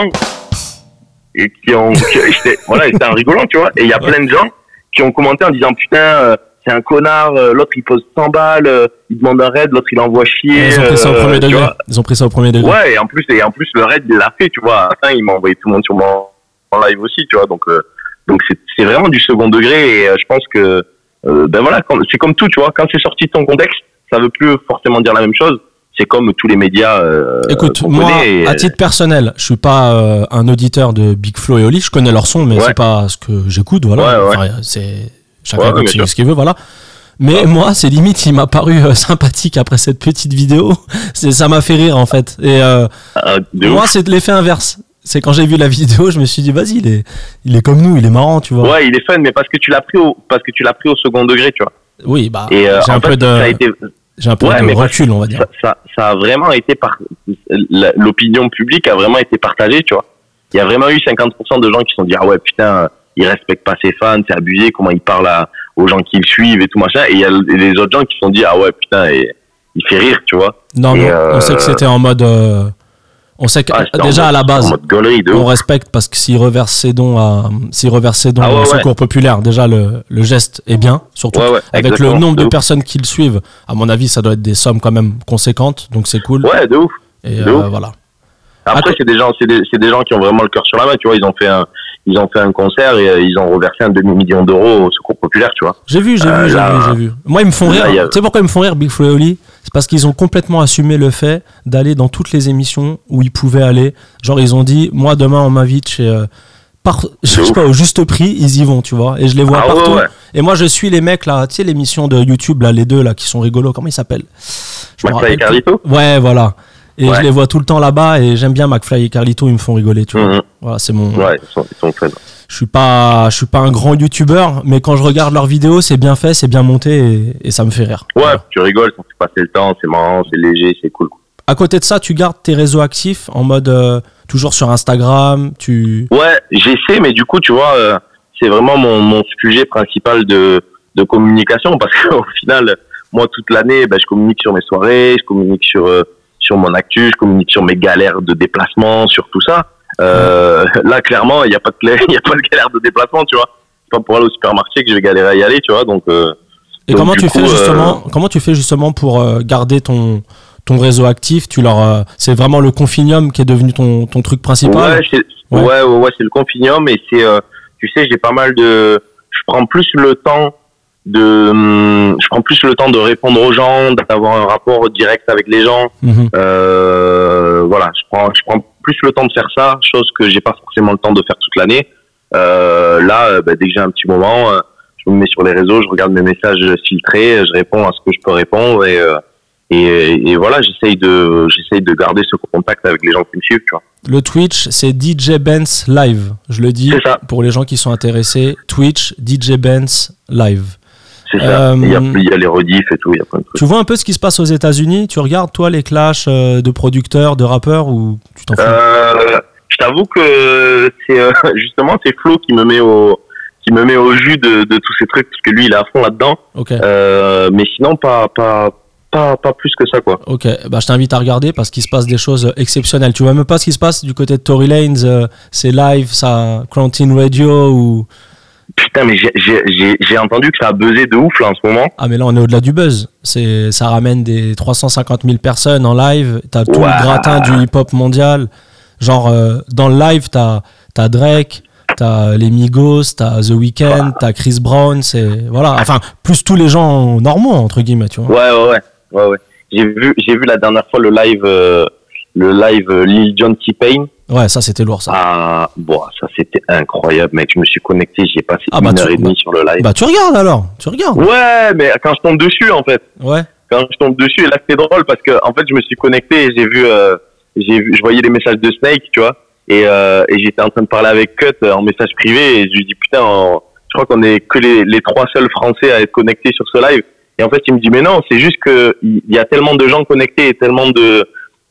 [SPEAKER 2] et qui ont, qui, voilà, c'était en rigolant, tu vois. Et il y a plein de gens qui ont commenté en disant, putain, euh, c'est un connard, euh, l'autre il pose cent balles, euh, il demande un raid, l'autre il envoie chier.
[SPEAKER 1] Ils ont pris ça au premier degré. Ils ont pris ça au premier degré.
[SPEAKER 2] Ouais, et en plus, et en plus, le raid, il l'a fait, tu vois. À la fin, il m'a envoyé tout le monde sur mon, en live aussi, tu vois. Donc, euh, donc c'est, c'est vraiment du second degré, et euh, je pense que, euh, ben voilà, quand, c'est comme tout, tu vois. Quand c'est sorti de ton contexte, ça veut plus forcément dire la même chose. C'est comme tous les médias. Euh,
[SPEAKER 1] Écoute, moi,
[SPEAKER 2] et,
[SPEAKER 1] à titre personnel, je suis pas euh, un auditeur de Big Flo et Oli. Je connais leur son, mais ouais. c'est pas ce que j'écoute. Voilà.
[SPEAKER 2] Ouais, ouais.
[SPEAKER 1] Enfin, c'est chacun
[SPEAKER 2] ouais,
[SPEAKER 1] continue ce qu'il veut, voilà. Mais ouais. moi, c'est limite, il m'a paru euh, sympathique après cette petite vidéo. C'est, ça m'a fait rire en fait. Et euh, ah, moi, ouf. c'est l'effet inverse. C'est quand j'ai vu la vidéo, je me suis dit, vas-y, il est, il est comme nous, il est marrant, tu vois.
[SPEAKER 2] Ouais, il est fun, mais parce que tu l'as pris au, parce que tu l'as pris au second degré, tu vois.
[SPEAKER 1] Oui, bah,
[SPEAKER 2] et, euh,
[SPEAKER 1] j'ai, un
[SPEAKER 2] fait,
[SPEAKER 1] de,
[SPEAKER 2] été...
[SPEAKER 1] j'ai un peu
[SPEAKER 2] ouais,
[SPEAKER 1] de recul, on va dire.
[SPEAKER 2] Ça, ça, ça a vraiment été par, l'opinion publique a vraiment été partagée, tu vois. Il y a vraiment eu cinquante pour cent de gens qui se sont dit, ah ouais, putain, il respecte pas ses fans, c'est abusé, comment il parle à, aux gens qui le suivent et tout machin. Et il y a les autres gens qui se sont dit, ah ouais, putain, et, il fait rire, tu vois.
[SPEAKER 1] Non,
[SPEAKER 2] et
[SPEAKER 1] mais
[SPEAKER 2] euh...
[SPEAKER 1] on sait que c'était en mode, euh... On sait que ah, déjà mode, à la base, on ouf. respecte parce que s'il reverse ses dons à, s'il reverse ses dons ah ouais, au secours ouais. populaire, déjà le, le geste est bien, surtout
[SPEAKER 2] ouais, ouais,
[SPEAKER 1] avec le nombre de, de personnes qui le suivent. À mon avis, ça doit être des sommes quand même conséquentes, donc c'est cool.
[SPEAKER 2] Ouais, de ouf.
[SPEAKER 1] Et
[SPEAKER 2] de
[SPEAKER 1] euh,
[SPEAKER 2] ouf.
[SPEAKER 1] voilà.
[SPEAKER 2] Après, Attends. c'est des gens, c'est des, c'est des gens qui ont vraiment le cœur sur la main, tu vois. Ils ont fait un, ils ont fait un concert et euh, ils ont reversé un demi-million d'euros au secours populaire, tu vois.
[SPEAKER 1] J'ai vu, j'ai euh, vu, j'ai là, vu, j'ai vu. Moi, ils me font rire. A... Tu sais pourquoi ils me font rire, Big Flo et Oli ? C'est parce qu'ils ont complètement assumé le fait d'aller dans toutes les émissions où ils pouvaient aller. Genre, ils ont dit, moi, demain, on m'invite chez, euh, par, je sais pas, au juste prix, ils y vont, tu vois. Et je les vois ah, partout. Ouais, ouais. Et moi, je suis les mecs, là, tu sais, l'émission de YouTube, là, les deux, là, qui sont rigolos. Comment ils s'appellent ?
[SPEAKER 2] McFly et Carlito ?
[SPEAKER 1] Ouais, voilà. Et ouais. je les vois tout le temps là-bas et j'aime bien McFly et Carlito, ils me font rigoler, tu vois.
[SPEAKER 2] Mm-hmm.
[SPEAKER 1] Voilà, c'est mon.
[SPEAKER 2] Ouais, ils sont, ils sont fun.
[SPEAKER 1] Je suis pas, je suis pas un grand youtubeur, mais quand je regarde leurs vidéos, c'est bien fait, c'est bien monté et, et ça me fait rire.
[SPEAKER 2] Ouais,
[SPEAKER 1] voilà.
[SPEAKER 2] Tu rigoles, ça fait passer le temps, c'est marrant, c'est léger, c'est cool.
[SPEAKER 1] À côté de ça, tu gardes tes réseaux actifs en mode euh, toujours sur Instagram, tu.
[SPEAKER 2] Ouais, j'essaie, mais du coup, tu vois, euh, c'est vraiment mon, mon sujet principal de, de communication parce qu'au final, moi, toute l'année, ben, je communique sur mes soirées, je communique sur euh, sur mon actu, je communique sur mes galères de déplacement, sur tout ça. Euh, là, clairement, il n'y a pas de il y a pas de galère de déplacement, tu vois. C'est pas pour aller au supermarché que je vais galérer à y aller, tu vois. Donc. Euh,
[SPEAKER 1] Et
[SPEAKER 2] donc,
[SPEAKER 1] comment tu
[SPEAKER 2] coup,
[SPEAKER 1] fais justement
[SPEAKER 2] euh...
[SPEAKER 1] Comment tu fais justement pour euh, garder ton ton réseau actif? Tu leur, euh, c'est vraiment le Confinium qui est devenu ton ton truc principal.
[SPEAKER 2] Ouais, c'est, ouais, ouais, ouais, ouais, c'est le Confinium et c'est, euh, tu sais, j'ai pas mal de, je prends plus le temps de, hum, je prends plus le temps de répondre aux gens, d'avoir un rapport direct avec les gens.
[SPEAKER 1] Mmh.
[SPEAKER 2] Euh, voilà, je prends, je prends plus le temps de faire ça, chose que j'ai pas forcément le temps de faire toute l'année. Euh, là, bah, dès que j'ai un petit moment, euh, je me mets sur les réseaux, je regarde mes messages filtrés, je réponds à ce que je peux répondre et euh, et, et voilà, j'essaye de, j'essaye de garder ce contact avec les gens qui me suivent, tu vois.
[SPEAKER 1] Le Twitch, c'est D J Benz Live. Je le dis pour les gens qui sont intéressés. Twitch, D J Benz Live.
[SPEAKER 2] C'est ça. Euh, il, y a, il y a les rediffs et tout, il y a plein de trucs.
[SPEAKER 1] Tu vois un peu ce qui se passe aux États-Unis? Tu regardes, toi, les clashs de producteurs, de rappeurs, ou tu t'en fous?
[SPEAKER 2] euh, Je t'avoue que c'est euh, justement c'est Flo qui me met au qui me met au jus de, de tous ces trucs parce que lui il est à fond là-dedans.
[SPEAKER 1] Okay.
[SPEAKER 2] Euh, mais sinon pas pas pas pas plus que ça quoi.
[SPEAKER 1] Ok, bah je t'invite à regarder parce qu'il se passe des choses exceptionnelles. Tu vois même pas ce qui se passe du côté de Tory Lanez, euh, c'est live, ça Quarantine Radio ou.
[SPEAKER 2] Putain, mais j'ai, j'ai, j'ai entendu que ça a buzzé de ouf là en ce moment.
[SPEAKER 1] Ah, mais là on est au-delà du buzz. C'est, ça ramène des trois cent cinquante mille personnes en live. T'as tout wow. le gratin du hip-hop mondial. Genre, euh, dans le live, t'as, t'as Drake, t'as les Migos, t'as The Weeknd, t'as Chris Brown. C'est, voilà. Enfin, plus tous les gens normaux, entre guillemets, tu vois.
[SPEAKER 2] Ouais, ouais, ouais. ouais, ouais. J'ai vu, j'ai vu la dernière fois le live, euh, le live euh, Lil Jon T-Pain.
[SPEAKER 1] Ouais, ça c'était lourd ça.
[SPEAKER 2] Ah, bon, ça c'était incroyable, mec. Je me suis connecté, j'y ai passé ah,
[SPEAKER 1] bah,
[SPEAKER 2] une
[SPEAKER 1] tu,
[SPEAKER 2] heure et demie
[SPEAKER 1] bah,
[SPEAKER 2] sur le live.
[SPEAKER 1] Bah tu regardes alors, tu regardes.
[SPEAKER 2] Ouais, mais quand je tombe dessus en fait.
[SPEAKER 1] Ouais.
[SPEAKER 2] Quand je tombe dessus, et là c'était drôle parce que en fait je me suis connecté et j'ai vu, euh, j'ai vu, je voyais les messages de Snake, tu vois, et euh, et j'étais en train de parler avec Cut en message privé et je lui dis putain, on, je crois qu'on est que les les trois seuls Français à être connectés sur ce live. Et en fait il me dit mais non, c'est juste que il y a tellement de gens connectés et tellement de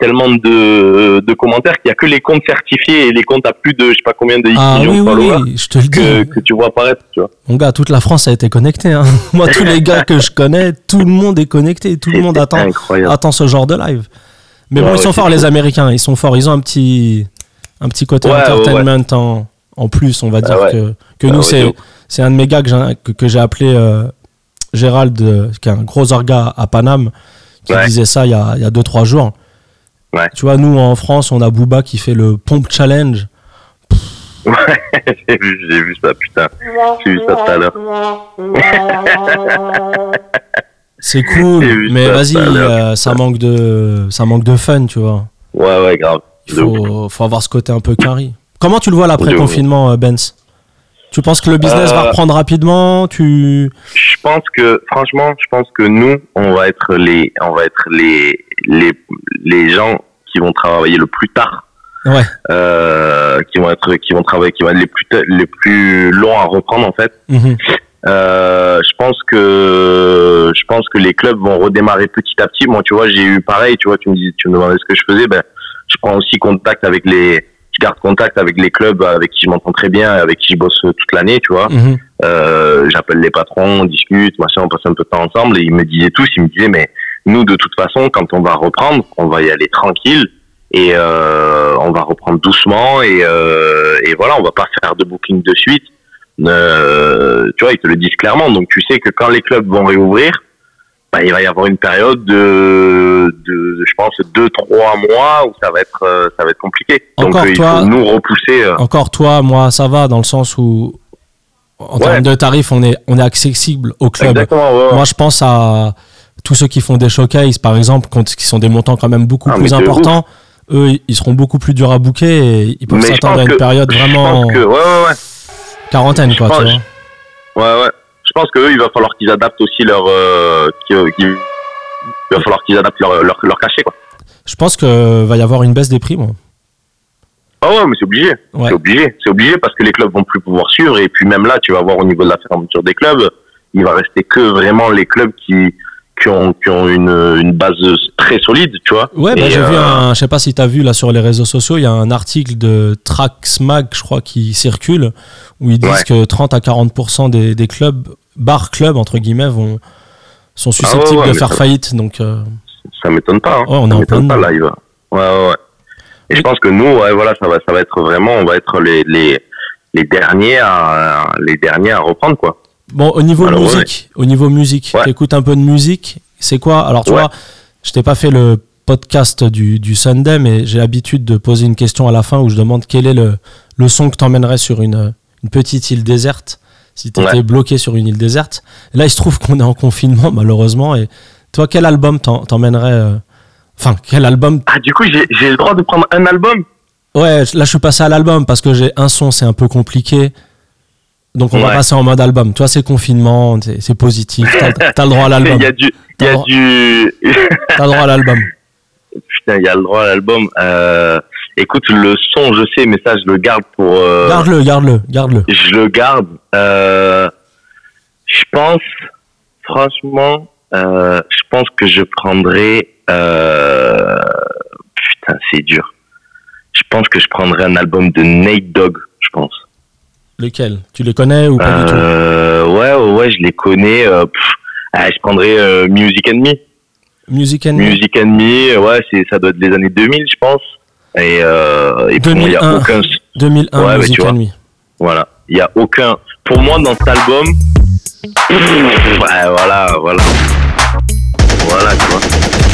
[SPEAKER 2] tellement de, de commentaires qu'il y a que les comptes certifiés et les comptes à plus de je sais pas combien de
[SPEAKER 1] ah, millions
[SPEAKER 2] oui,
[SPEAKER 1] de followers
[SPEAKER 2] oui,
[SPEAKER 1] je te le
[SPEAKER 2] que,
[SPEAKER 1] dis.
[SPEAKER 2] que tu vois apparaître, tu vois.
[SPEAKER 1] Mon gars, toute la France a été connectée. Hein. Moi, tous les gars que je connais, tout le monde est connecté, tout le monde attend, attend ce genre de live. Mais ouais, bon, ouais, ils sont forts, cool. Les Américains, ils sont forts. Ils ont un petit, un petit côté ouais, entertainment ouais, ouais. En, en plus, on va dire ah, ouais. que, que nous, ah, c'est, ouais. c'est un de mes gars que j'ai, que, que j'ai appelé euh, Gérald, euh, qui est un gros orga à Paname, qui ouais. disait ça il y a, il y a deux, trois jours.
[SPEAKER 2] Ouais.
[SPEAKER 1] Tu vois, nous, en France, on a Booba qui fait le Pomp Challenge.
[SPEAKER 2] Ouais, j'ai vu, j'ai vu ça, putain. J'ai vu ça tout à l'heure.
[SPEAKER 1] C'est cool, mais vas-y, euh, ça manque de, ça manque de fun, tu vois.
[SPEAKER 2] Ouais, ouais, grave.
[SPEAKER 1] Il faut, faut avoir ce côté un peu carré. Comment tu le vois l'après-confinement, Benz? Tu penses que le business euh, va reprendre rapidement? Tu...
[SPEAKER 2] Je pense que, franchement, je pense que nous, on va être les, on va être les, les, les gens qui vont travailler le plus tard.
[SPEAKER 1] Ouais.
[SPEAKER 2] Euh, qui vont être, qui vont travailler, qui vont être les plus, les plus longs à reprendre, en fait.
[SPEAKER 1] Mm-hmm.
[SPEAKER 2] Euh, je pense que, je pense que les clubs vont redémarrer petit à petit. Moi, tu vois, j'ai eu pareil, tu vois, tu me dis, tu me demandais ce que je faisais, ben, je prends aussi contact avec les, je garde contact avec les clubs avec qui je m'entends très bien, avec qui je bosse toute l'année, tu vois.
[SPEAKER 1] Mm-hmm.
[SPEAKER 2] Euh, j'appelle les patrons, on discute, machin, on passe un peu de temps ensemble, et ils me disaient tous, ils me disaient, mais nous, de toute façon, quand on va reprendre, on va y aller tranquille, et euh, on va reprendre doucement, et, euh, et voilà, on va pas faire de booking de suite. Euh, tu vois, ils te le disent clairement, donc tu sais que quand les clubs vont réouvrir, bah, il va y avoir une période de, de je pense, deux, trois mois où ça va être, euh, ça va être compliqué.
[SPEAKER 1] Encore
[SPEAKER 2] donc, euh,
[SPEAKER 1] toi,
[SPEAKER 2] il faut nous repousser. Euh...
[SPEAKER 1] Encore toi, moi, ça va dans le sens où, en ouais. termes de tarifs, on est, on est accessible au club.
[SPEAKER 2] Exactement, ouais, ouais.
[SPEAKER 1] Moi, je pense à tous ceux qui font des showcases, par exemple, qui sont des montants quand même beaucoup ah, plus importants. Eux, ils seront beaucoup plus durs à booker et ils peuvent mais s'attendre à une
[SPEAKER 2] que,
[SPEAKER 1] période vraiment
[SPEAKER 2] que, ouais, ouais, ouais.
[SPEAKER 1] quarantaine, quoi,
[SPEAKER 2] pense,
[SPEAKER 1] tu vois.
[SPEAKER 2] Ouais, ouais. Je pense qu'eux, il va falloir qu'ils adaptent aussi leur, euh, qu'il, qu'il, il va falloir qu'ils adaptent leur, leur, leur cachet, quoi.
[SPEAKER 1] Je pense que va y avoir une baisse des prix, moi.
[SPEAKER 2] Ah ouais, mais c'est obligé. Ouais. C'est obligé. C'est obligé parce que les clubs vont plus pouvoir suivre et puis même là, tu vas voir au niveau de la fermeture des clubs, il va rester que vraiment les clubs qui, qui ont, qui ont une, une base très solide, tu vois.
[SPEAKER 1] Ouais, bah, j'ai
[SPEAKER 2] euh...
[SPEAKER 1] vu un, je sais pas si t'as vu là sur les réseaux sociaux, il y a un article de Traxmag, je crois, qui circule, où ils disent ouais. que trente à quarante pour cent des, des clubs, bar clubs, entre guillemets, vont, sont susceptibles ah ouais, ouais, de faire ça, faillite, donc. Euh...
[SPEAKER 2] Ça m'étonne pas, hein.
[SPEAKER 1] Ouais, on est
[SPEAKER 2] ça
[SPEAKER 1] en plein
[SPEAKER 2] pas, là, il va. Ouais, ouais, ouais. Et oui. Je pense que nous, ouais, voilà, ça va, ça va être vraiment, on va être les, les, les derniers à, les derniers à reprendre, quoi.
[SPEAKER 1] Bon, au niveau Alors, musique, ouais. au niveau musique, ouais. t'écoutes un peu de musique, c'est quoi? Alors, tu ouais. vois, je t'ai pas fait le podcast du, du Sunday, mais j'ai l'habitude de poser une question à la fin où je demande quel est le, le son que t'emmènerais sur une, une petite île déserte, si t'étais ouais. bloqué sur une île déserte. Et là, il se trouve qu'on est en confinement, malheureusement, et toi, quel album t'en, t'emmènerais euh... Enfin, quel album?
[SPEAKER 2] Ah, du coup, j'ai, j'ai le droit de prendre un album?
[SPEAKER 1] Ouais, là, je suis passé à l'album parce que j'ai un son, c'est un peu compliqué. Donc, on ouais. va passer en mode album. Toi, c'est confinement, c'est, c'est positif. T'as, t'as le droit à l'album.
[SPEAKER 2] Il y a du. Il y a du.
[SPEAKER 1] T'as le droit à l'album.
[SPEAKER 2] Putain, il y a le droit à l'album. Euh, écoute, le son, je sais, mais ça, je le garde pour. Euh,
[SPEAKER 1] garde-le, garde-le, garde-le.
[SPEAKER 2] Je le garde. Euh, je pense, franchement, euh, je pense que je prendrais. Euh, putain, c'est dur. Je pense que je prendrais un album de Nate Dogg, je pense.
[SPEAKER 1] Lequel? Tu les connais ou pas
[SPEAKER 2] euh, du tout? Ouais, ouais, ouais, je les connais. Euh, pff, ah, je prendrais euh, Music and Me.
[SPEAKER 1] Music and Me.
[SPEAKER 2] Music and Me, ouais, c'est, ça doit être les années deux mille, je pense. Et, euh, et
[SPEAKER 1] deux mille un.
[SPEAKER 2] Pour moi, il n'y a aucun.
[SPEAKER 1] deux mille un,
[SPEAKER 2] ouais,
[SPEAKER 1] Music
[SPEAKER 2] and
[SPEAKER 1] Me.
[SPEAKER 2] Voilà, il n'y a aucun. Pour moi, dans cet album. Ouais, voilà, voilà. Voilà, tu vois.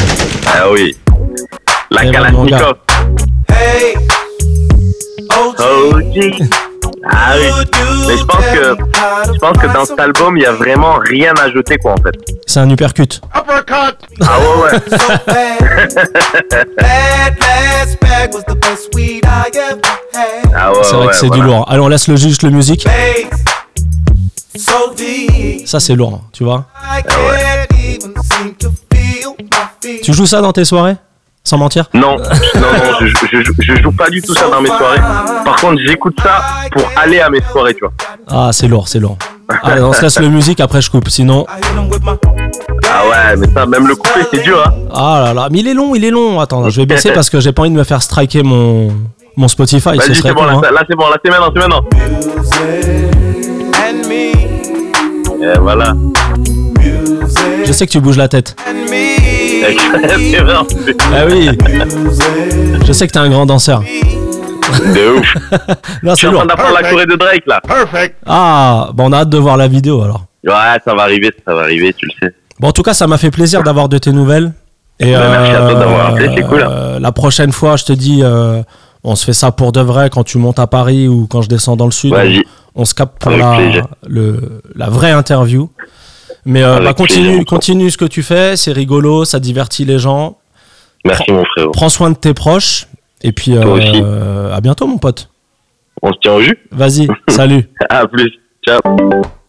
[SPEAKER 2] Ah oui. La hey, Kalashnikov. Hey. O G. Ah oui. Mais je pense que je pense que dans cet album, il y a vraiment rien à jeter, quoi, en fait.
[SPEAKER 1] C'est un uppercut.
[SPEAKER 2] Uppercut. Ah ouais ouais. Ah ouais,
[SPEAKER 1] c'est vrai
[SPEAKER 2] ouais,
[SPEAKER 1] que c'est
[SPEAKER 2] voilà.
[SPEAKER 1] du lourd. Allez, on laisse le juste le musique. Ça c'est lourd, tu vois.
[SPEAKER 2] Ah ouais.
[SPEAKER 1] Tu joues ça dans tes soirées? Sans mentir?
[SPEAKER 2] Non, non, non, je, je, je, je joue pas du tout ça dans mes soirées. Par contre, j'écoute ça pour aller à mes soirées, tu vois.
[SPEAKER 1] Ah, c'est lourd, c'est lourd. Allez, on se laisse le musique, après je coupe, sinon...
[SPEAKER 2] Ah Ah ouais, mais ça, même le couplet, c'est dur, hein.
[SPEAKER 1] Ah là là, mais il est long, il est long. Attends, je vais baisser parce que j'ai pas envie de me faire striker mon, mon Spotify.
[SPEAKER 2] Vas-y, c'est bon,
[SPEAKER 1] cool,
[SPEAKER 2] là,
[SPEAKER 1] hein.
[SPEAKER 2] là c'est bon, là c'est maintenant, c'est maintenant. Et voilà.
[SPEAKER 1] Je sais que tu bouges la tête.
[SPEAKER 2] C'est vrai, en plus.
[SPEAKER 1] Ah oui. Je sais que t'es un grand danseur.
[SPEAKER 2] De ouf.
[SPEAKER 1] Non,
[SPEAKER 2] Je suis
[SPEAKER 1] c'est
[SPEAKER 2] en
[SPEAKER 1] lourd.
[SPEAKER 2] train d'apprendre la Corée de Drake, là.
[SPEAKER 1] Ah, bon, on a hâte de voir la vidéo alors.
[SPEAKER 2] Ouais, ça va arriver, ça va arriver, tu le sais.
[SPEAKER 1] Bon, en tout cas, ça m'a fait plaisir d'avoir de tes nouvelles. Et
[SPEAKER 2] bah, merci à toi d'avoir appelé, c'est cool.
[SPEAKER 1] Euh, la prochaine fois, je te dis, euh, on se fait ça pour de vrai quand tu montes à Paris ou quand je descends dans le sud.
[SPEAKER 2] Vas-y.
[SPEAKER 1] On, on se capte pour
[SPEAKER 2] Avec
[SPEAKER 1] la,
[SPEAKER 2] plaisir.
[SPEAKER 1] le, la vraie interview. Mais euh, bah, continue,
[SPEAKER 2] plaisir.
[SPEAKER 1] continue ce que tu fais, c'est rigolo, ça divertit les gens.
[SPEAKER 2] Merci,
[SPEAKER 1] Prends,
[SPEAKER 2] mon frérot.
[SPEAKER 1] Prends soin de tes proches. Et puis,
[SPEAKER 2] Toi aussi.
[SPEAKER 1] euh, à bientôt, mon pote.
[SPEAKER 2] On se tient au jus.
[SPEAKER 1] Vas-y, salut.
[SPEAKER 2] À plus. Ciao.